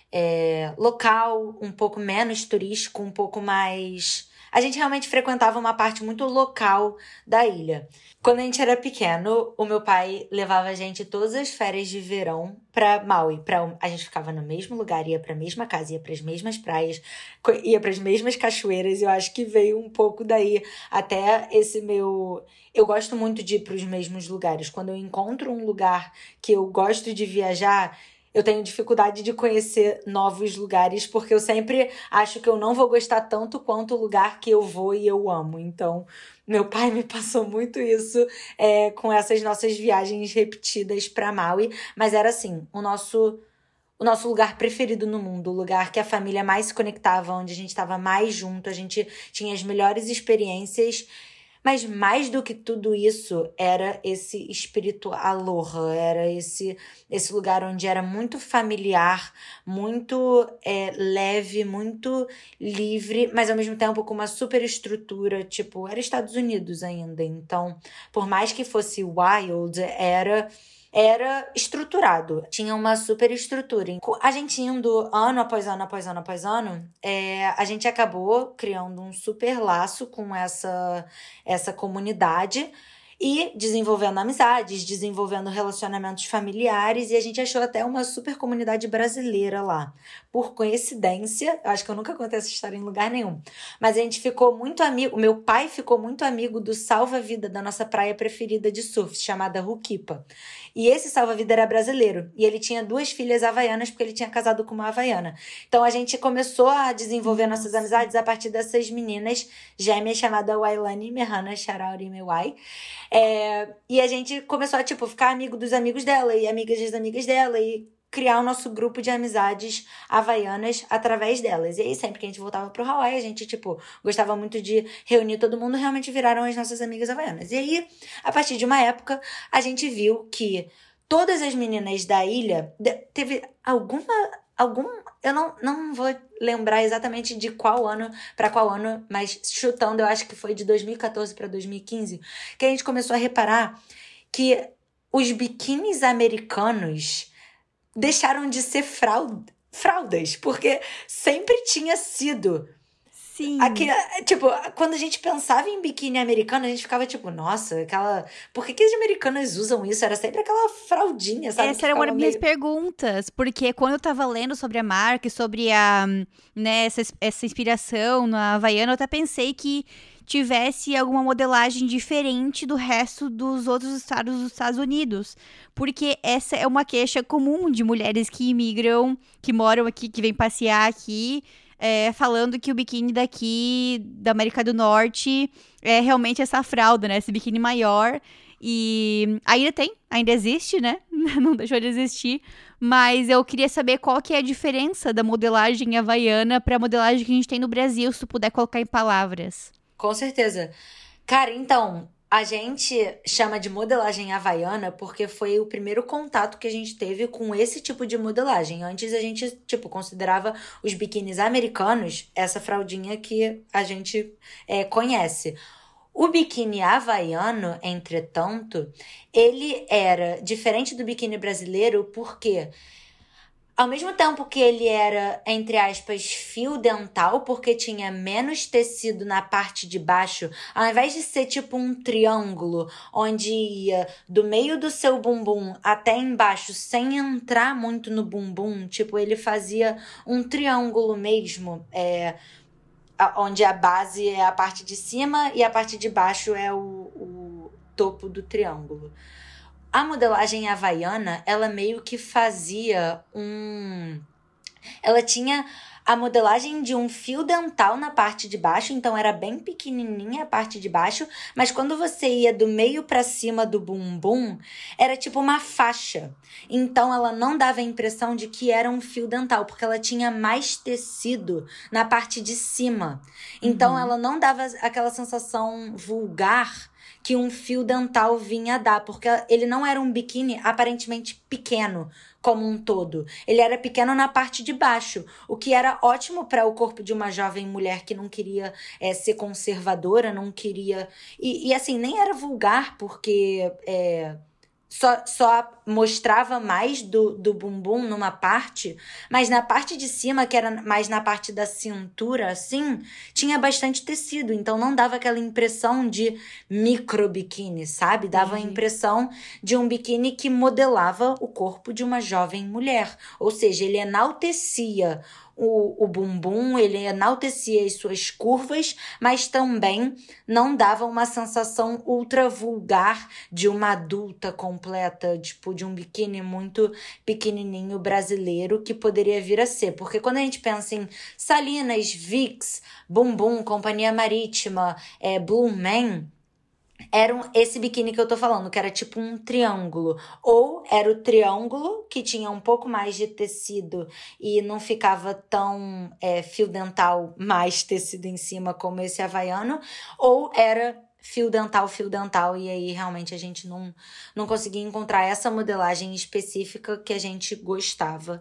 é, local, um pouco menos turístico, um pouco mais... A gente realmente frequentava uma parte muito local da ilha. Quando a gente era pequeno, o meu pai levava a gente todas as férias de verão pra Maui. Pra, a gente ficava no mesmo lugar, ia pra mesma casa, ia pras mesmas praias, ia pras mesmas cachoeiras. Eu acho que veio um pouco daí até esse meu... Eu gosto muito de ir pros mesmos lugares. Quando eu encontro um lugar que eu gosto de viajar... eu tenho dificuldade de conhecer novos lugares, porque eu sempre acho que eu não vou gostar tanto quanto o lugar que eu vou e eu amo. Então, meu pai me passou muito isso é, com essas nossas viagens repetidas para Maui. Mas era assim, o nosso, o nosso lugar preferido no mundo, o lugar que a família mais se conectava, onde a gente estava mais junto, a gente tinha as melhores experiências. Mas mais do que tudo isso, era esse espírito aloha, era esse, esse lugar onde era muito familiar, muito é, leve, muito livre, mas ao mesmo tempo com uma super estrutura, tipo, era Estados Unidos ainda. Então, por mais que fosse wild, era... era estruturado, tinha uma super estrutura. A gente indo ano após ano, após ano, após ano, é, a gente acabou criando um super laço com essa, essa comunidade E desenvolvendo amizades, desenvolvendo relacionamentos familiares, e a gente achou até uma super comunidade brasileira lá. Por coincidência, acho que eu nunca contei essa história em lugar nenhum, mas a gente ficou muito amigo, meu pai ficou muito amigo do salva-vida da nossa praia preferida de surf, chamada Ruquipa. E esse salva-vida era brasileiro, e ele tinha duas filhas havaianas, porque ele tinha casado com uma havaiana. Então a gente começou a desenvolver nossas amizades a partir dessas meninas gêmeas chamadas Wailani e Mehana Sharauri Mewai. É, e a gente começou a, tipo, ficar amigo dos amigos dela e amigas das amigas dela e criar o nosso grupo de amizades havaianas através delas. E aí, sempre que a gente voltava pro Hawaii, a gente, tipo, gostava muito de reunir todo mundo, realmente viraram as nossas amigas havaianas. E aí, a partir de uma época, a gente viu que todas as meninas da ilha, teve alguma... algum eu não, não vou lembrar exatamente de qual ano para qual ano, mas chutando, eu acho que foi de dois mil e catorze para dois mil e quinze, que a gente começou a reparar que os biquínis americanos deixaram de ser fraud- fraldas, porque sempre tinha sido. Sim. Aqui, tipo, quando a gente pensava em biquíni americano, a gente ficava tipo, nossa, aquela... Por que, que as americanas usam isso? Era sempre aquela fraldinha, sabe? Essa era uma das minhas perguntas, porque quando eu tava lendo sobre a marca e sobre a, né, essa, essa inspiração na Havaiana, eu até pensei que tivesse alguma modelagem diferente do resto dos outros estados dos Estados Unidos. Porque essa é uma queixa comum de mulheres que imigram, que moram aqui, que vêm passear aqui, É, falando que o biquíni daqui, da América do Norte, é realmente essa fralda, né? Esse biquíni maior. E ainda tem, ainda existe, né? Não deixou de existir. Mas eu queria saber qual que é a diferença da modelagem havaiana para a modelagem que a gente tem no Brasil, se tu puder colocar em palavras. Com certeza. Cara, então... A gente chama de modelagem havaiana porque foi o primeiro contato que a gente teve com esse tipo de modelagem. Antes a gente, tipo, considerava os biquínis americanos essa fraldinha que a gente é, conhece. O biquíni havaiano, entretanto, ele era diferente do biquíni brasileiro porque... Ao mesmo tempo que ele era, entre aspas, fio dental, porque tinha menos tecido na parte de baixo, ao invés de ser tipo um triângulo, onde ia do meio do seu bumbum até embaixo, sem entrar muito no bumbum, tipo, ele fazia um triângulo mesmo, é, onde a base é a parte de cima e a parte de baixo é o, o topo do triângulo. A modelagem havaiana, ela meio que fazia um... Ela tinha a modelagem de um fio dental na parte de baixo, então era bem pequenininha a parte de baixo, mas quando você ia do meio para cima do bumbum, era tipo uma faixa. Então ela não dava a impressão de que era um fio dental, porque ela tinha mais tecido na parte de cima. Então uhum. ela não dava aquela sensação vulgar que um fio dental vinha a dar, porque ele não era um biquíni aparentemente pequeno como um todo. Ele era pequeno na parte de baixo, o que era ótimo para o corpo de uma jovem mulher que não queria é, ser conservadora, não queria... E, e assim, nem era vulgar, porque... É... Só, só mostrava mais do, do bumbum numa parte, mas na parte de cima, que era mais na parte da cintura, assim, tinha bastante tecido, então não dava aquela impressão de micro biquíni, sabe? Dava uhum. a impressão de um biquíni que modelava o corpo de uma jovem mulher, ou seja, ele enaltecia O, o bumbum, ele enaltecia as suas curvas, mas também não dava uma sensação ultra vulgar de uma adulta completa, tipo, de um biquíni muito pequenininho brasileiro que poderia vir a ser. Porque quando a gente pensa em Salinas, Vicks, Bumbum, Companhia Marítima, é, Blue Man... Era um, esse biquíni que eu tô falando, que era tipo um triângulo. Ou era o triângulo, que tinha um pouco mais de tecido e não ficava tão é, fio dental, mais tecido em cima como esse havaiano. Ou era fio dental, fio dental, e aí realmente a gente não, não conseguia encontrar essa modelagem específica que a gente gostava.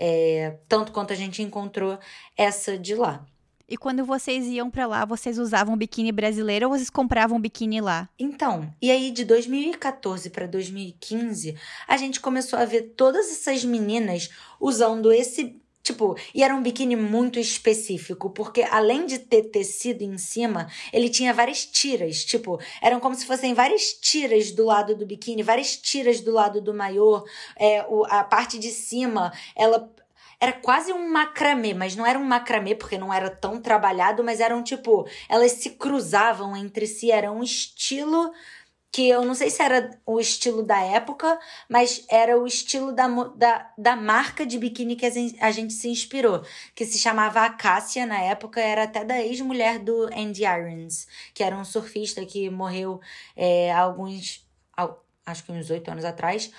É, tanto quanto a gente encontrou essa de lá. E quando vocês iam pra lá, vocês usavam biquíni brasileiro ou vocês compravam biquíni lá? Então, e aí de dois mil e catorze para dois mil e quinze, a gente começou a ver todas essas meninas usando esse, tipo, e era um biquíni muito específico, porque além de ter tecido em cima, ele tinha várias tiras, tipo, eram como se fossem várias tiras do lado do biquíni, várias tiras do lado do maiô, é, o, a parte de cima, ela... Era quase um macramê, mas não era um macramê porque não era tão trabalhado, mas eram tipo, elas se cruzavam entre si, era um estilo que eu não sei se era o estilo da época, mas era o estilo da, da, da marca de biquíni que a gente se inspirou, que se chamava Acácia na época, era até da ex-mulher do Andy Irons, que era um surfista que morreu é, há alguns, acho que uns oito anos atrás.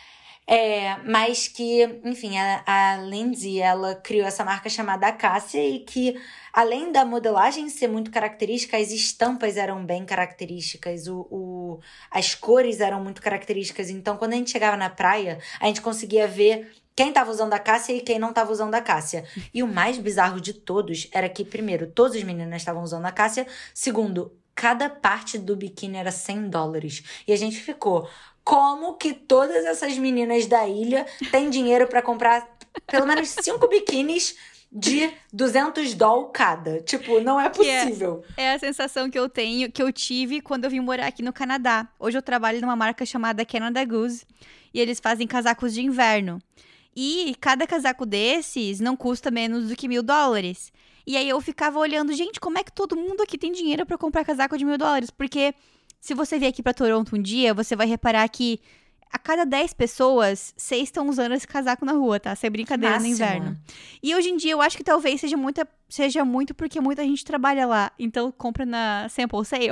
É, mas que, enfim, a, a Lindsay, ela criou essa marca chamada Acácia e que, além da modelagem ser muito característica, as estampas eram bem características, o, o, as cores eram muito características. Então, quando a gente chegava na praia, a gente conseguia ver quem estava usando a Acácia e quem não estava usando a Acácia. E o mais bizarro de todos era que, primeiro, todas as meninas estavam usando a Acácia. Segundo, cada parte do biquíni era cem dólares. E a gente ficou... Como que todas essas meninas da ilha têm dinheiro pra comprar pelo menos cinco biquínis de duzentos dólares cada? Tipo, não é possível. É, é a sensação que eu tenho, que eu tive quando eu vim morar aqui no Canadá. Hoje eu trabalho numa marca chamada Canada Goose e eles fazem casacos de inverno. E cada casaco desses não custa menos do que mil dólares. E aí eu ficava olhando, gente, como é que todo mundo aqui tem dinheiro pra comprar casaco de mil dólares? Porque... Se você vier aqui pra Toronto um dia, você vai reparar que a cada dez pessoas, seis estão usando esse casaco na rua, tá? Sem brincadeira no inverno. E hoje em dia, eu acho que talvez seja, muita, seja muito porque muita gente trabalha lá. Então, compra na Sample Sale.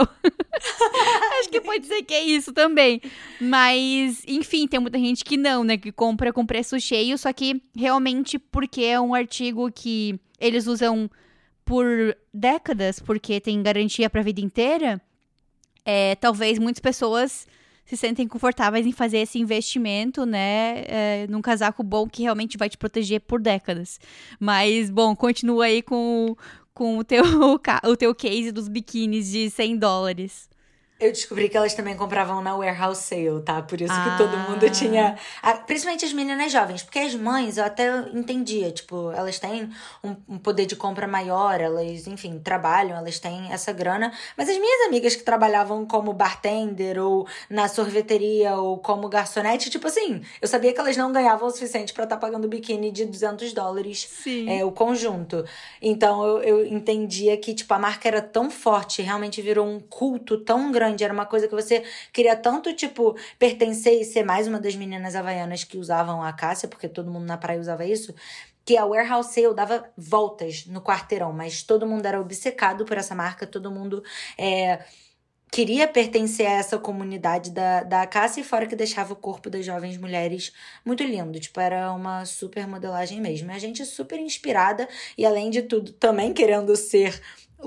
Acho que pode ser que é isso também. Mas, enfim, tem muita gente que não, né? Que compra com preço cheio. Só que, realmente, porque é um artigo que eles usam por décadas, porque tem garantia pra vida inteira... É, talvez muitas pessoas se sentem confortáveis em fazer esse investimento, né, é, num casaco bom que realmente vai te proteger por décadas. Mas, bom, continua aí com, com o, teu, o teu case dos biquínis de cem dólares. Eu descobri que elas também compravam na warehouse sale, tá? Por isso ah. que todo mundo tinha... Principalmente as meninas jovens. Porque as mães, eu até entendia. Tipo, elas têm um, um poder de compra maior. Elas, enfim, trabalham. Elas têm essa grana. Mas as minhas amigas que trabalhavam como bartender ou na sorveteria ou como garçonete, tipo assim, eu sabia que elas não ganhavam o suficiente pra estar pagando biquíni de duzentos dólares é, o conjunto. Então, eu, eu entendia que, tipo, a marca era tão forte. Realmente virou um culto tão grande. Era uma coisa que você queria tanto, tipo, pertencer e ser mais uma das meninas havaianas que usavam a Acácia, porque todo mundo na praia usava isso, que a warehouse sale dava voltas no quarteirão, mas todo mundo era obcecado por essa marca, todo mundo é, queria pertencer a essa comunidade da, da Acácia, e fora que deixava o corpo das jovens mulheres muito lindo, tipo, era uma super modelagem mesmo. A gente super inspirada e, além de tudo, também querendo ser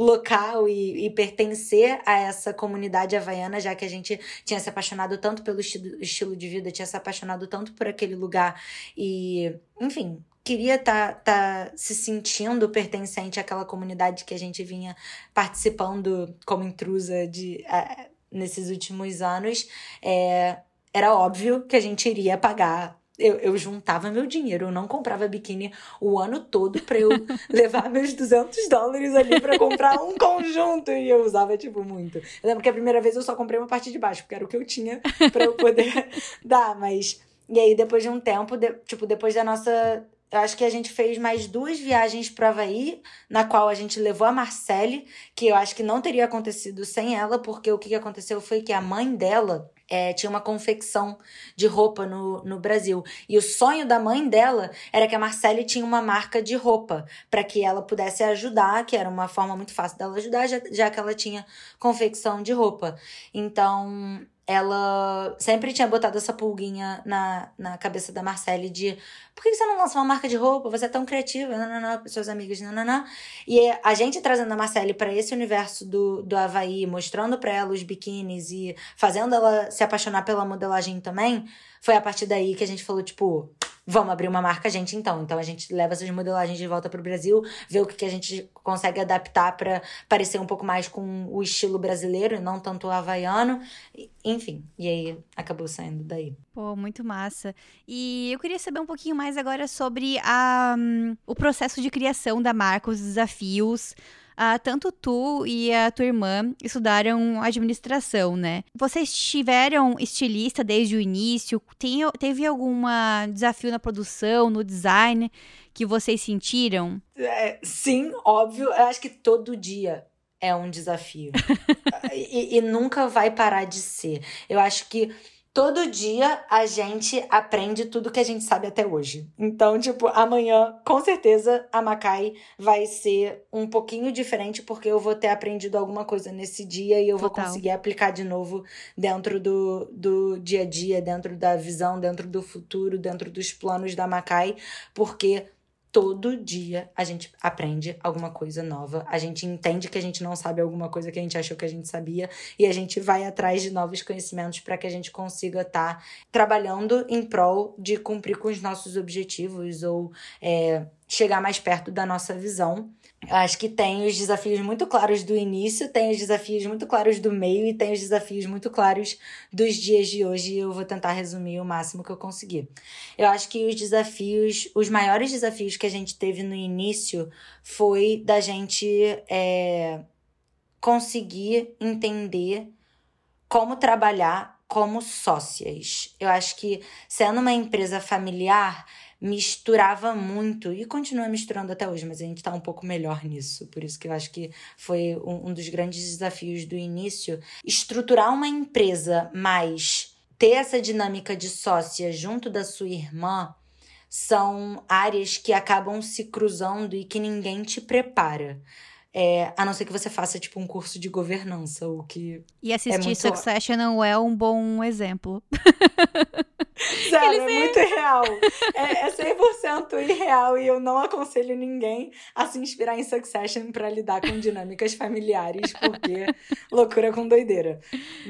local e, e pertencer a essa comunidade havaiana, já que a gente tinha se apaixonado tanto pelo estilo, estilo de vida, tinha se apaixonado tanto por aquele lugar e, enfim, queria estar tá, tá se sentindo pertencente àquela comunidade que a gente vinha participando como intrusa de, uh, nesses últimos anos. É, era óbvio que a gente iria pagar. Eu, eu juntava meu dinheiro, eu não comprava biquíni o ano todo pra eu levar meus duzentos dólares ali pra comprar um conjunto. E eu usava, tipo, muito. Eu lembro que a primeira vez eu só comprei uma parte de baixo, porque era o que eu tinha pra eu poder dar. Mas, e aí, depois de um tempo, de, tipo, depois da nossa... Eu acho que a gente fez mais duas viagens pro Havaí, na qual a gente levou a Marcele, que eu acho que não teria acontecido sem ela, porque o que aconteceu foi que a mãe dela... É, tinha uma confecção de roupa no, no Brasil. E o sonho da mãe dela era que a Marcele tinha uma marca de roupa para que ela pudesse ajudar, que era uma forma muito fácil dela ajudar, já, já que ela tinha confecção de roupa. Então, ela sempre tinha botado essa pulguinha na, na cabeça da Marcele de por que você não lança uma marca de roupa? Você é tão criativa, nananã, suas amigas, nananã. E a gente trazendo a Marcele para esse universo do, do Havaí, mostrando para ela os biquínis e fazendo ela se apaixonar pela modelagem também, foi a partir daí que a gente falou, tipo, vamos abrir uma marca a gente então. Então a gente leva essas modelagens de volta pro Brasil, vê o que, que a gente consegue adaptar para parecer um pouco mais com o estilo brasileiro e não tanto o havaiano. Enfim, e aí acabou saindo daí. Pô, muito massa. E eu queria saber um pouquinho mais agora sobre a, um, o processo de criação da marca, os desafios. Ah, tanto tu e a tua irmã estudaram administração, né? Vocês tiveram estilista desde o início? Tem, teve algum desafio na produção, no design, que vocês sentiram? É, sim, óbvio. Eu acho que todo dia é um desafio. e, e nunca vai parar de ser. Eu acho que todo dia a gente aprende tudo que a gente sabe até hoje. Então, tipo, amanhã, com certeza, a Macai vai ser um pouquinho diferente, porque eu vou ter aprendido alguma coisa nesse dia e eu Total. vou conseguir aplicar de novo dentro do, do dia a dia, dentro da visão, dentro do futuro, dentro dos planos da Macai, porque todo dia a gente aprende alguma coisa nova. A gente entende que a gente não sabe alguma coisa que a gente achou que a gente sabia e a gente vai atrás de novos conhecimentos para que a gente consiga estar tá trabalhando em prol de cumprir com os nossos objetivos ou é, chegar mais perto da nossa visão. Eu acho que tem os desafios muito claros do início, tem os desafios muito claros do meio e tem os desafios muito claros dos dias de hoje. E eu vou tentar resumir o máximo que eu conseguir. Eu acho que os desafios, os maiores desafios que a gente teve no início foi da gente é, conseguir entender como trabalhar como sócias. Eu acho que sendo uma empresa familiar, misturava muito, e continua misturando até hoje, mas a gente tá um pouco melhor nisso, por isso que eu acho que foi um, um dos grandes desafios do início, estruturar uma empresa, mas ter essa dinâmica de sócia junto da sua irmã, são áreas que acabam se cruzando e que ninguém te prepara. É, a não ser que você faça, tipo, um curso de governança, o que E assistir é muito... Succession não é um bom exemplo. Sério, é muito irreal. É, é cem por cento irreal e eu não aconselho ninguém a se inspirar em Succession pra lidar com dinâmicas familiares, porque loucura com doideira.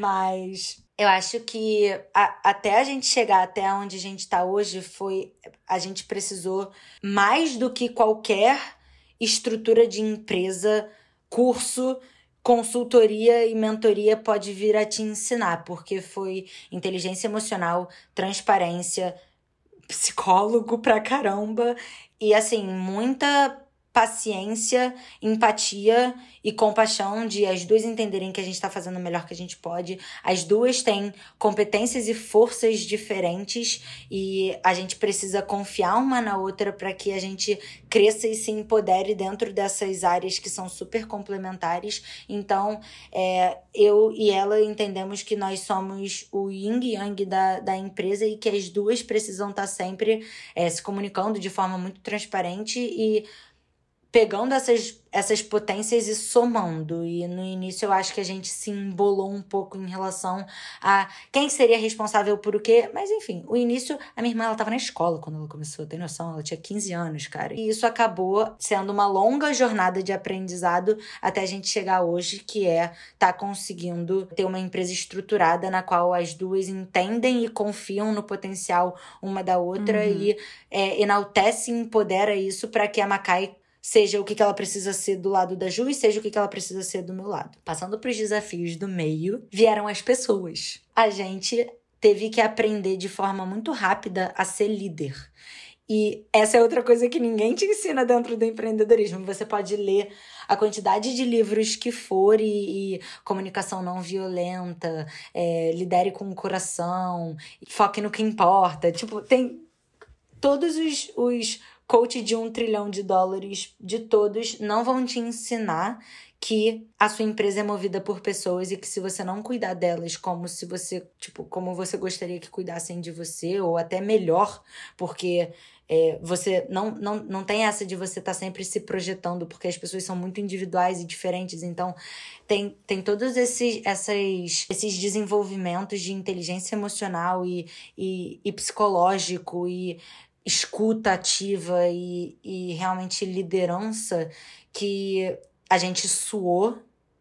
Mas eu acho que a, até a gente chegar até onde a gente tá hoje, foi, a gente precisou mais do que qualquer estrutura de empresa, curso, consultoria e mentoria pode vir a te ensinar, porque foi inteligência emocional, transparência, psicólogo pra caramba e, assim, muita paciência, empatia e compaixão de as duas entenderem que a gente tá fazendo o melhor que a gente pode. As duas têm competências e forças diferentes e a gente precisa confiar uma na outra para que a gente cresça e se empodere dentro dessas áreas que são super complementares. Então, é, eu e ela entendemos que nós somos o yin e yang da, da empresa e que as duas precisam estar sempre é, se comunicando de forma muito transparente e pegando essas, essas potências e somando. E no início eu acho que a gente se embolou um pouco em relação a quem seria responsável por o quê. Mas enfim, o início, a minha irmã, ela tava na escola quando ela começou, tem noção? Ela tinha quinze anos, cara. E isso acabou sendo uma longa jornada de aprendizado até a gente chegar hoje, que é tá conseguindo ter uma empresa estruturada na qual as duas entendem e confiam no potencial uma da outra uhum. e é, enaltece e empodera isso para que a Macai seja o que ela precisa ser do lado da Ju e seja o que ela precisa ser do meu lado. Passando para os desafios do meio, vieram as pessoas. A gente teve que aprender de forma muito rápida a ser líder. E essa é outra coisa que ninguém te ensina dentro do empreendedorismo. Você pode ler a quantidade de livros que for e, e comunicação não violenta, é, lidere com o coração, foque no que importa. Tipo, tem todos os... os coach de um trilhão de dólares de todos não vão te ensinar que a sua empresa é movida por pessoas e que se você não cuidar delas como se você, tipo, como você gostaria que cuidassem de você, ou até melhor, porque é, você não, não, não tem essa de você estar tá sempre se projetando, porque as pessoas são muito individuais e diferentes, então tem, tem todos esses, essas, esses desenvolvimentos de inteligência emocional e, e, e psicológico e escuta ativa e, e realmente liderança que a gente suou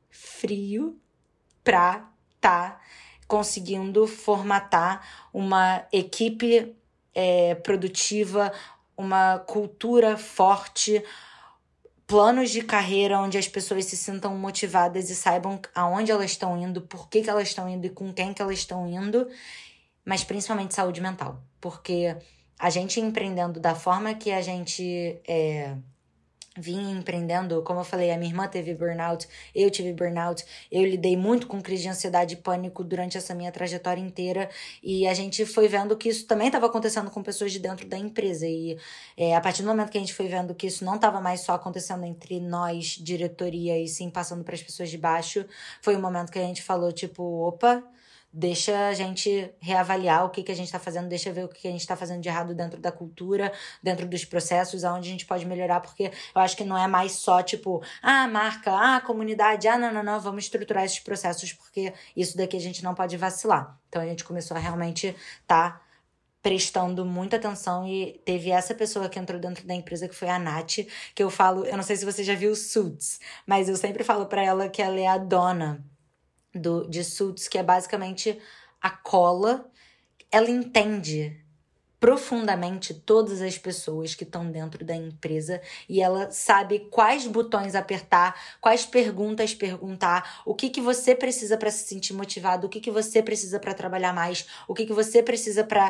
frio pra tá conseguindo formatar uma equipe é, produtiva, uma cultura forte, planos de carreira onde as pessoas se sintam motivadas e saibam aonde elas estão indo, por que, que elas estão indo e com quem que elas estão indo, mas principalmente saúde mental. Porque a gente empreendendo da forma que a gente é, vinha empreendendo, como eu falei, a minha irmã teve burnout, eu tive burnout, eu lidei muito com crise de ansiedade e pânico durante essa minha trajetória inteira, e a gente foi vendo que isso também estava acontecendo com pessoas de dentro da empresa, e é, a partir do momento que a gente foi vendo que isso não estava mais só acontecendo entre nós, diretoria, e sim passando para as pessoas de baixo, foi o momento que a gente falou, tipo, opa, deixa a gente reavaliar o que, que a gente está fazendo, deixa ver o que, que a gente está fazendo de errado dentro da cultura, dentro dos processos, aonde a gente pode melhorar, porque eu acho que não é mais só, tipo, ah, marca, ah, comunidade, ah, não, não, não, vamos estruturar esses processos, porque isso daqui a gente não pode vacilar. Então a gente começou a realmente estar tá prestando muita atenção e teve essa pessoa que entrou dentro da empresa, que foi a Nath, que eu falo, eu não sei se você já viu Suits, mas eu sempre falo pra ela que ela é a dona Do, de Suits, que é basicamente a cola. Ela entende profundamente todas as pessoas que estão dentro da empresa e ela sabe quais botões apertar, quais perguntas perguntar, o que, que você precisa para se sentir motivado, o que, que você precisa para trabalhar mais, o que, que você precisa para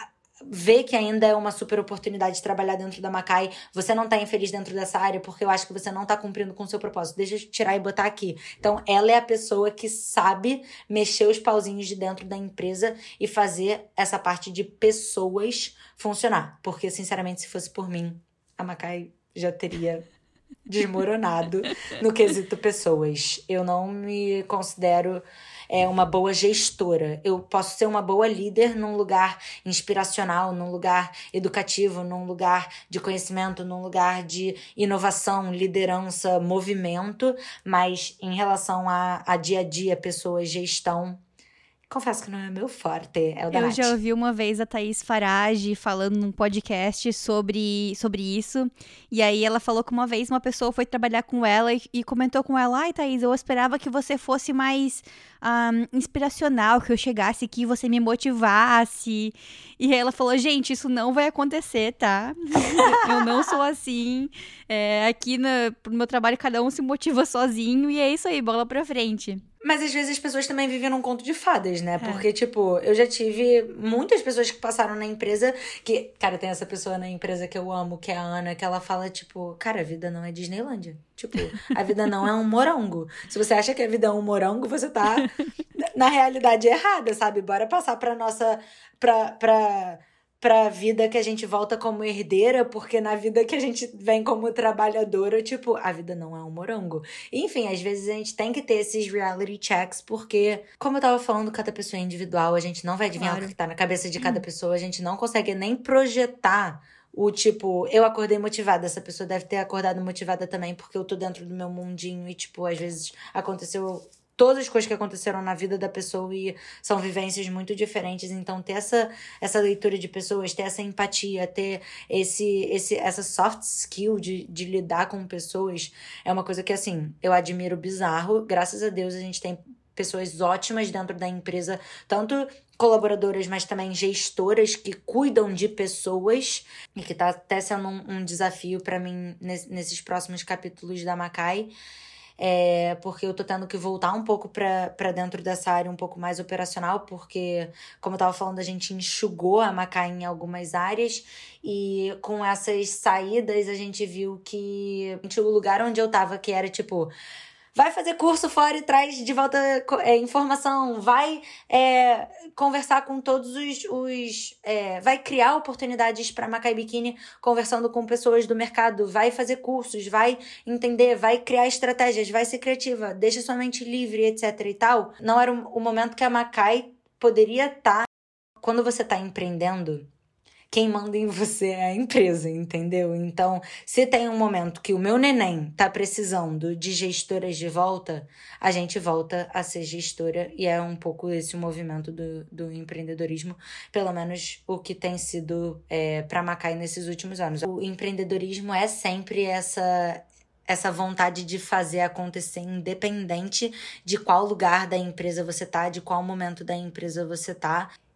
ver que ainda é uma super oportunidade de trabalhar dentro da Macai, você não tá infeliz dentro dessa área porque eu acho que você não tá cumprindo com o seu propósito, deixa eu tirar e botar aqui. Então, ela é a pessoa que sabe mexer os pauzinhos de dentro da empresa e fazer essa parte de pessoas funcionar. Porque, sinceramente, se fosse por mim, a Macai já teria desmoronado no quesito pessoas. Eu não me considero é, uma boa gestora. Eu posso ser uma boa líder num lugar inspiracional, num lugar educativo, num lugar de conhecimento, num lugar de inovação, liderança, movimento, mas em relação a, a dia a dia, pessoas, gestão, confesso que não é meu forte, é o da Eu Nath. já ouvi uma vez a Thaís Farage falando num podcast sobre, sobre isso. E aí ela falou que uma vez uma pessoa foi trabalhar com ela e, e comentou com ela: ai, Thaís, eu esperava que você fosse mais um, inspiracional, que eu chegasse aqui e você me motivasse. E aí ela falou: gente, isso não vai acontecer, tá? Eu não sou assim. É, aqui no, no meu trabalho cada um se motiva sozinho e é isso aí, bola pra frente. Mas às vezes as pessoas também vivem num conto de fadas, né? É. Porque, tipo, eu já tive muitas pessoas que passaram na empresa que... Cara, tem essa pessoa na empresa que eu amo, que é a Ana, que ela fala, tipo... Cara, a vida não é Disneylândia. Tipo, a vida não é um morango. Se você acha que a vida é um morango, você tá na realidade errada, sabe? Bora passar pra nossa... Pra... pra... pra vida que a gente volta como herdeira, porque na vida que a gente vem como trabalhadora, tipo, a vida não é um morango. Enfim, às vezes a gente tem que ter esses reality checks, porque, como eu tava falando, cada pessoa é individual, a gente não vai adivinhar claro. O que tá na cabeça de cada pessoa, a gente não consegue nem projetar o tipo, eu acordei motivada, essa pessoa deve ter acordado motivada também, porque eu tô dentro do meu mundinho e, tipo, às vezes aconteceu... Todas as coisas que aconteceram na vida da pessoa e são vivências muito diferentes. Então, ter essa, essa leitura de pessoas, ter essa empatia, ter esse, esse, essa soft skill de, de lidar com pessoas é uma coisa que, assim, eu admiro bizarro. Graças a Deus, a gente tem pessoas ótimas dentro da empresa, tanto colaboradoras, mas também gestoras que cuidam de pessoas e que tá até sendo um, um desafio para mim nesse, nesses próximos capítulos da Macai. É, porque eu tô tendo que voltar um pouco pra, pra dentro dessa área um pouco mais operacional, porque, como eu tava falando, a gente enxugou a Macai em algumas áreas e com essas saídas a gente viu que o lugar onde eu tava, que era tipo... Vai fazer curso fora e traz de volta é, informação. Vai é, conversar com todos os... os é, vai criar oportunidades para Macai Biquíni conversando com pessoas do mercado. Vai fazer cursos, vai entender, vai criar estratégias, vai ser criativa. Deixa sua mente livre, etc e tal. Não era o momento que a Macai poderia estar... Tá... Quando você está empreendendo... Quem manda em você é a empresa, entendeu? Então, se tem um momento que o meu neném tá precisando de gestoras de volta, a gente volta a ser gestora e é um pouco esse o movimento do, do empreendedorismo, pelo menos o que tem sido é, para Macai nesses últimos anos. O empreendedorismo é sempre essa... essa vontade de fazer acontecer independente de qual lugar da empresa você tá, de qual momento da empresa você tá.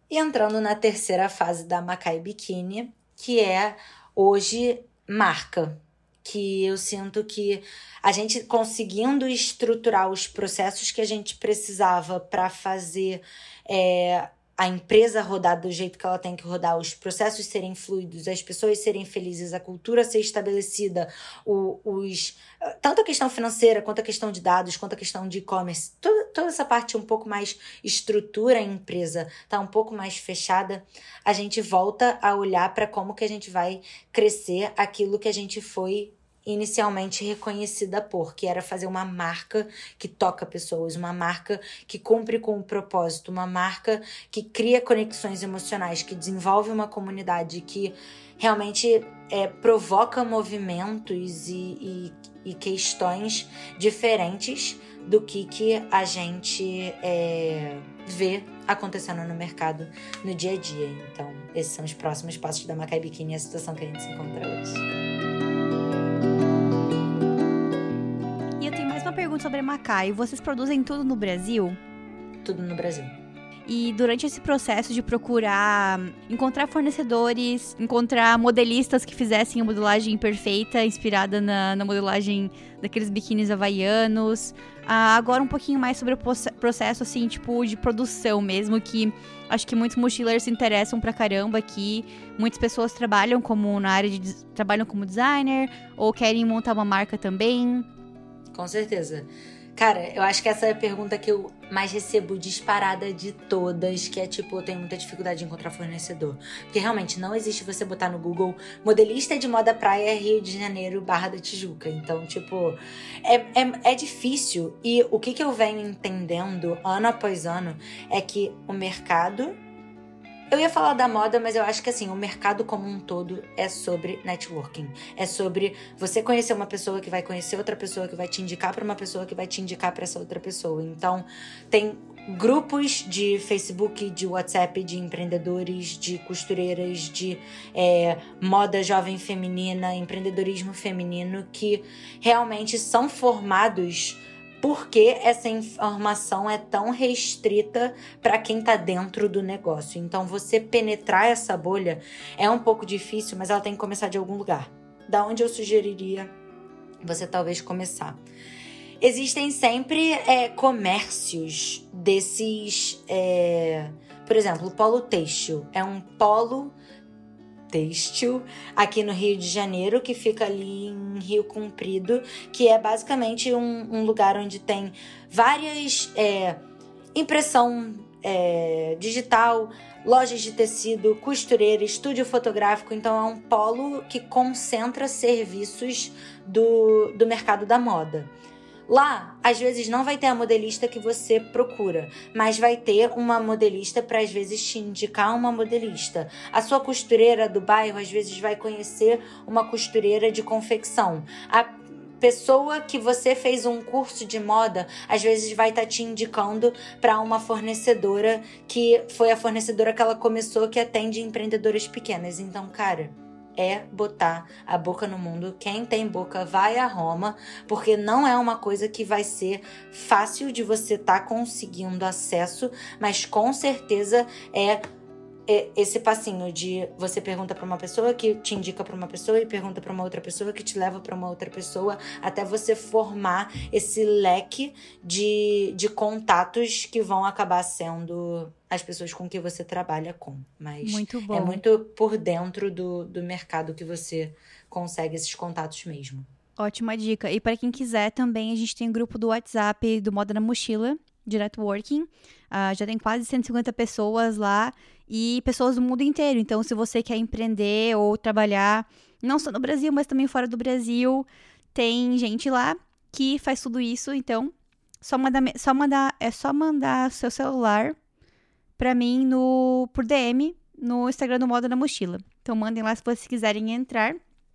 E entrando na terceira fase da Macai Biquíni, que é hoje marca. Que eu sinto que a gente conseguindo estruturar os processos que a gente precisava para fazer é, a empresa rodar do jeito que ela tem que rodar, os processos serem fluidos, as pessoas serem felizes, a cultura ser estabelecida, o, os, tanto a questão financeira, quanto a questão de dados, quanto a questão de e-commerce, toda, toda essa parte um pouco mais estrutura a empresa, tá um pouco mais fechada, a gente volta a olhar para como que a gente vai crescer aquilo que a gente foi inicialmente reconhecida por, que era fazer uma marca que toca pessoas, uma marca que cumpre com o propósito, uma marca que cria conexões emocionais, que desenvolve uma comunidade, que realmente é, provoca movimentos e, e, e questões diferentes do que, que a gente é, vê acontecendo no mercado no dia a dia. Então, esses são os próximos passos da Macai Biquíni e a situação que a gente se encontra hoje. Uma pergunta sobre a Macai. Vocês produzem tudo no Brasil? Tudo no Brasil. E durante esse processo de procurar encontrar fornecedores, encontrar modelistas que fizessem a modelagem perfeita, inspirada na, na modelagem daqueles biquínis havaianos, ah, agora um pouquinho mais sobre o processo, assim, tipo, de produção mesmo, que acho que muitos mochilers se interessam pra caramba aqui. Muitas pessoas trabalham como na área de trabalham como designer ou querem montar uma marca também. Com certeza. Cara, eu acho que essa é a pergunta que eu mais recebo disparada de todas, que é tipo, eu tenho muita dificuldade de encontrar fornecedor. Porque realmente não existe você botar no Google modelista de moda praia Rio de Janeiro Barra da Tijuca. Então, tipo, é, é, é difícil. E o que, que eu venho entendendo ano após ano é que o mercado... Eu ia falar da moda, mas eu acho que assim, o mercado como um todo é sobre networking. É sobre você conhecer uma pessoa que vai conhecer outra pessoa, que vai te indicar para uma pessoa, que vai te indicar para essa outra pessoa. Então, tem grupos de Facebook, de WhatsApp, de empreendedores, de costureiras, de é, moda jovem feminina, empreendedorismo feminino, que realmente são formados... Por que essa informação é tão restrita para quem está dentro do negócio? Então, você penetrar essa bolha é um pouco difícil, mas ela tem que começar de algum lugar. Da onde eu sugeriria você talvez começar? Existem sempre é, comércios desses... É... Por exemplo, o Polo Têxtil é um polo... têxtil aqui no Rio de Janeiro, que fica ali em Rio Comprido, que é basicamente um, um lugar onde tem várias é, impressão é, digital, lojas de tecido, costureira, estúdio fotográfico. Então é um polo que concentra serviços do, do mercado da moda. Lá, às vezes, não vai ter a modelista que você procura, mas vai ter uma modelista para, às vezes, te indicar uma modelista. A sua costureira do bairro, às vezes, vai conhecer uma costureira de confecção. A pessoa que você fez um curso de moda, às vezes, vai estar tá te indicando para uma fornecedora que foi a fornecedora que ela começou, que atende empreendedoras pequenas. Então, cara... é botar a boca no mundo. Quem tem boca vai a Roma, porque não é uma coisa que vai ser fácil de você estar tá conseguindo acesso, mas com certeza é, é esse passinho de você pergunta para uma pessoa que te indica para uma pessoa e pergunta para uma outra pessoa que te leva para uma outra pessoa, até você formar esse leque de, de contatos que vão acabar sendo... as pessoas com que você trabalha com. Mas muito bom. É muito por dentro do, do mercado que você consegue esses contatos mesmo. Ótima dica. E para quem quiser também, a gente tem um grupo do WhatsApp do Moda na Mochila, de networking. Uh, já tem quase cento e cinquenta pessoas lá e pessoas do mundo inteiro. Então, se você quer empreender ou trabalhar, não só no Brasil, mas também fora do Brasil, tem gente lá que faz tudo isso. Então, só mandar, só mandar, é só mandar seu celular pra mim no, por D M no Instagram do Moda na Mochila. Então mandem lá se vocês quiserem entrar.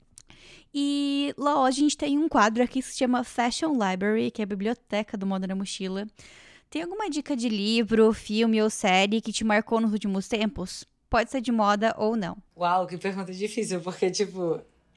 E lá hoje a gente tem um quadro aqui que se chama Fashion Library, que é a biblioteca do Moda na Mochila. Tem alguma dica de livro, filme ou série que te marcou nos últimos tempos? Pode ser de moda ou não. Uau, que pergunta difícil, porque, tipo,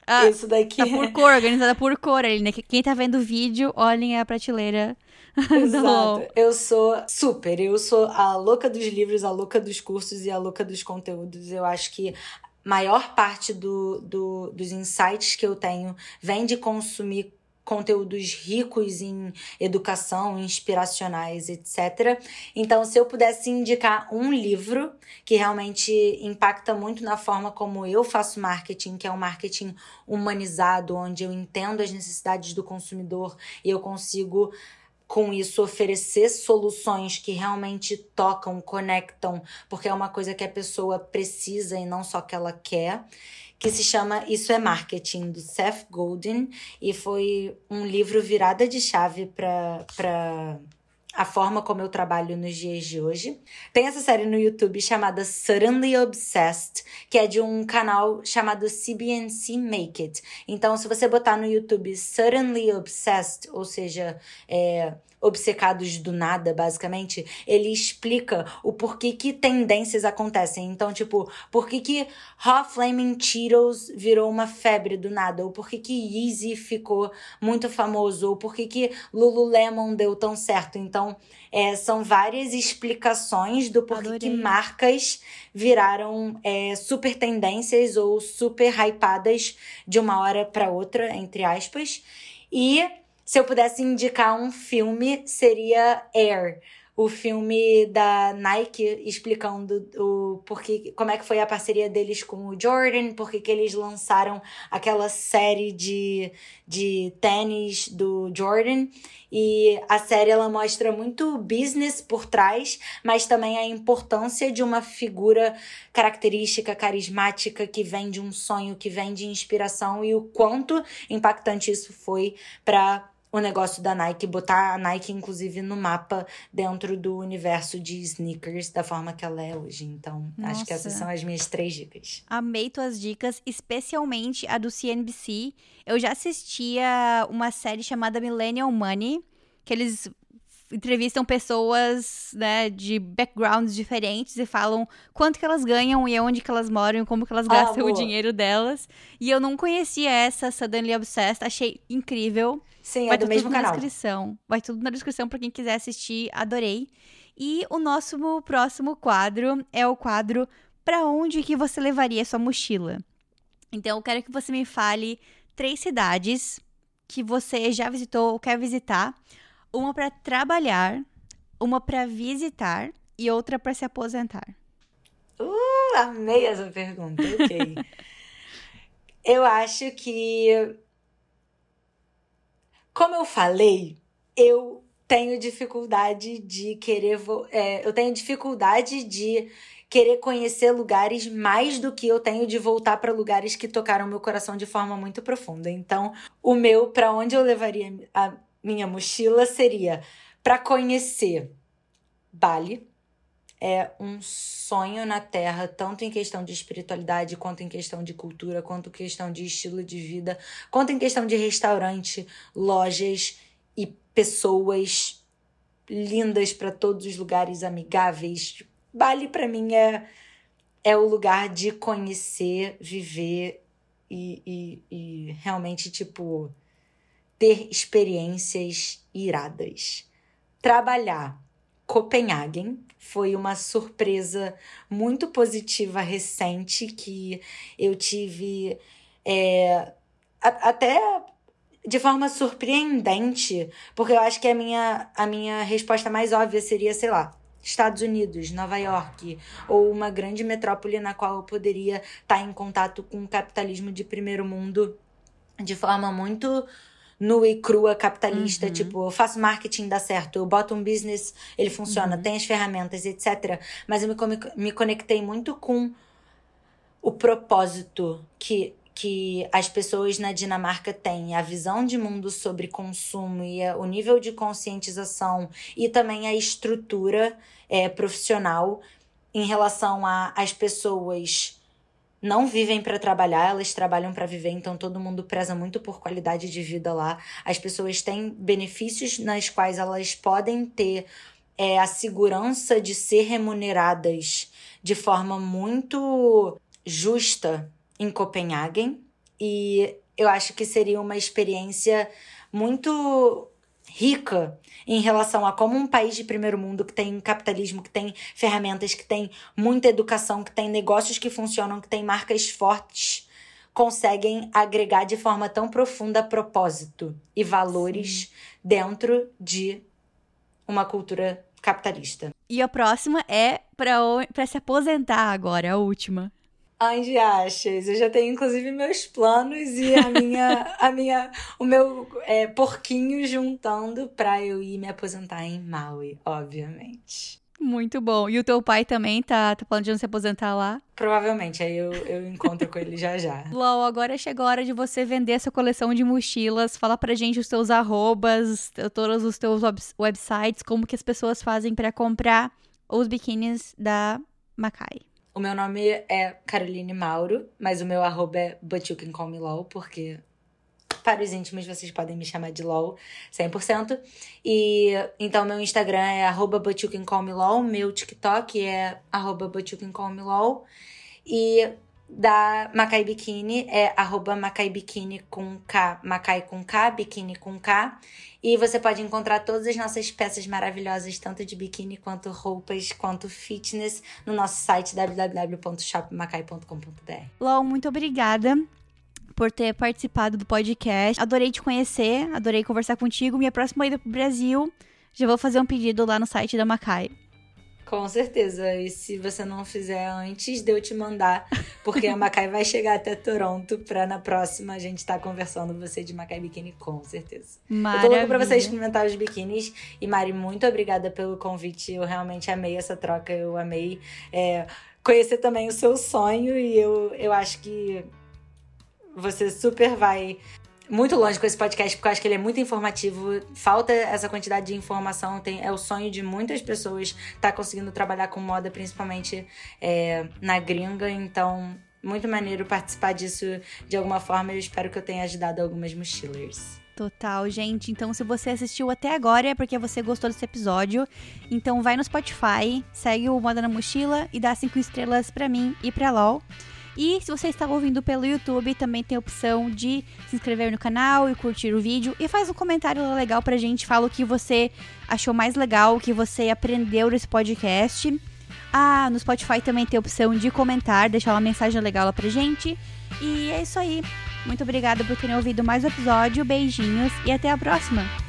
Ah, Isso daqui. tá por cor, organizada por cor ali, né? Quem tá vendo o vídeo, olhem a prateleira. Exato. Eu sou super. Eu sou a louca dos livros, a louca dos cursos e a louca dos conteúdos. Eu acho que maior parte do, do, dos insights que eu tenho vem de consumir conteúdos ricos em educação, inspiracionais, etcétera. Então, se eu pudesse indicar um livro que realmente impacta muito na forma como eu faço marketing, que é um marketing humanizado, onde eu entendo as necessidades do consumidor e eu consigo, com isso, oferecer soluções que realmente tocam, conectam, porque é uma coisa que a pessoa precisa e não só que ela quer, que se chama Isso é Marketing, do Seth Godin, e foi um livro virada de chave para para a forma como eu trabalho nos dias de hoje. Tem essa série no YouTube chamada Suddenly Obsessed, que é de um canal chamado C B N C Make It. Então, se você botar no YouTube Suddenly Obsessed, ou seja, é, obcecados do nada, basicamente, ele explica o porquê que tendências acontecem. Então, tipo, por que que Hot Flaming Cheetos virou uma febre do nada, ou por que que Yeezy ficou muito famoso, ou por que que Lululemon deu tão certo. Então, é, são várias explicações do porquê Adorei. que marcas viraram é, super tendências ou super hypadas de uma hora para outra, entre aspas. E se eu pudesse indicar um filme, seria Air, o filme da Nike explicando o porquê, como é que foi a parceria deles com o Jordan, porque que eles lançaram aquela série de, de tênis do Jordan. E a série ela mostra muito business por trás, mas também a importância de uma figura característica, carismática, que vem de um sonho, que vem de inspiração, e o quanto impactante isso foi para o negócio da Nike, botar a Nike, inclusive, no mapa dentro do universo de sneakers da forma que ela é hoje. Então, Nossa. Acho que essas são as minhas três dicas. Amei tuas dicas, especialmente a do C N B C. Eu já assistia uma série chamada Millennial Money, que eles entrevistam pessoas, né, de backgrounds diferentes e falam quanto que elas ganham e onde que elas moram e como que elas gastam Amor. o dinheiro delas. E eu não conhecia essa Suddenly Obsessed, achei incrível. Sim, Vai é do ter mesmo tudo na canal. descrição. Vai tudo na descrição pra quem quiser assistir, adorei. E o nosso próximo quadro é o quadro Pra onde que você levaria sua mochila? Então eu quero que você me fale três cidades que você já visitou ou quer visitar. Uma pra trabalhar, uma pra visitar e outra pra se aposentar. Uh, amei essa pergunta, ok. Eu acho que, como eu falei, eu tenho dificuldade de querer... vo- é, eu tenho dificuldade de querer conhecer lugares mais do que eu tenho de voltar para lugares que tocaram meu coração de forma muito profunda. Então, o meu, para onde eu levaria a minha mochila, seria para conhecer Bali. É um sonho na Terra, tanto em questão de espiritualidade, quanto em questão de cultura, quanto em questão de estilo de vida, quanto em questão de restaurante, lojas e pessoas lindas para todos os lugares, amigáveis. Bali, para mim, é, é o lugar de conhecer, viver e, e, e realmente, tipo, ter experiências iradas. Trabalhar. Copenhagen foi uma surpresa muito positiva recente que eu tive é, a- até de forma surpreendente, porque eu acho que a minha, a minha resposta mais óbvia seria, sei lá, Estados Unidos, Nova York, ou uma grande metrópole na qual eu poderia estar em contato com o capitalismo de primeiro mundo de forma muito nua e crua, capitalista. Uhum. Tipo, eu faço marketing, dá certo, eu boto um business, ele funciona, Uhum. tem as ferramentas, etcétera. Mas eu me, come- me conectei muito com o propósito que, que as pessoas na Dinamarca têm, a visão de mundo sobre consumo e a- o nível de conscientização e também a estrutura é, profissional em relação a as pessoas não vivem para trabalhar, elas trabalham para viver, então todo mundo preza muito por qualidade de vida lá. As pessoas têm benefícios nas quais elas podem ter é, a segurança de ser remuneradas de forma muito justa em Copenhagen. E eu acho que seria uma experiência muito rica em relação a como um país de primeiro mundo, que tem capitalismo, que tem ferramentas, que tem muita educação, que tem negócios que funcionam, que tem marcas fortes, conseguem agregar de forma tão profunda propósito e valores Sim. dentro de uma cultura capitalista. E a próxima é pra, pra se aposentar agora, a última. Onde achas? Eu já tenho, inclusive, meus planos e a minha, a minha, o meu é, porquinho juntando pra eu ir me aposentar em Maui, obviamente. Muito bom. E o teu pai também tá, tá planejando se aposentar lá? Provavelmente, aí eu, eu encontro com ele já já. Lol, agora chegou a hora de você vender essa coleção de mochilas. Fala pra gente os teus arrobas, todos os teus websites, como que as pessoas fazem pra comprar os biquínis da Macai. O meu nome é Caroline Mauro, mas o meu arroba é But You Can Call Me LOL, porque para os íntimos vocês podem me chamar de LOL cem por cento. E então meu Instagram é arroba But You Can Call Me LOL, meu TikTok é arroba But You Can Call Me LOL. E da Macai Biquíni é arroba Macai Biquíni com K, Macai com K, Biquíni com K. E você pode encontrar todas as nossas peças maravilhosas, tanto de biquíni, quanto roupas, quanto fitness, no nosso site w w w ponto shop macai ponto com ponto b r. Lol, muito obrigada por ter participado do podcast. Adorei te conhecer, adorei conversar contigo. Minha próxima ida pro Brasil, já vou fazer um pedido lá no site da Macai. Com certeza, e se você não fizer antes de eu te mandar, porque a Macai vai chegar até Toronto pra na próxima a gente estar tá conversando você de Macai Biquíni, com certeza. Maravilha. Eu tô louca pra você experimentar os biquínis. E Mari, muito obrigada pelo convite, eu realmente amei essa troca, eu amei é, conhecer também o seu sonho e eu, eu acho que você super vai muito longe com esse podcast, porque eu acho que ele é muito informativo. Falta essa quantidade de informação. Tem, é o sonho de muitas pessoas estar tá conseguindo trabalhar com moda, principalmente é, na gringa. Então, muito maneiro participar disso de alguma forma. Eu espero que eu tenha ajudado algumas mochilers. Total, gente. Então, se você assistiu até agora, é porque você gostou desse episódio. Então, vai no Spotify, segue o Moda na Mochila e dá cinco estrelas pra mim e pra LOL. E se você está ouvindo pelo YouTube, também tem a opção de se inscrever no canal e curtir o vídeo. E faz um comentário legal pra gente, fala o que você achou mais legal, o que você aprendeu nesse podcast. Ah, no Spotify também tem a opção de comentar, deixar uma mensagem legal lá pra gente. E é isso aí. Muito obrigada por terem ouvido mais um episódio, beijinhos e até a próxima!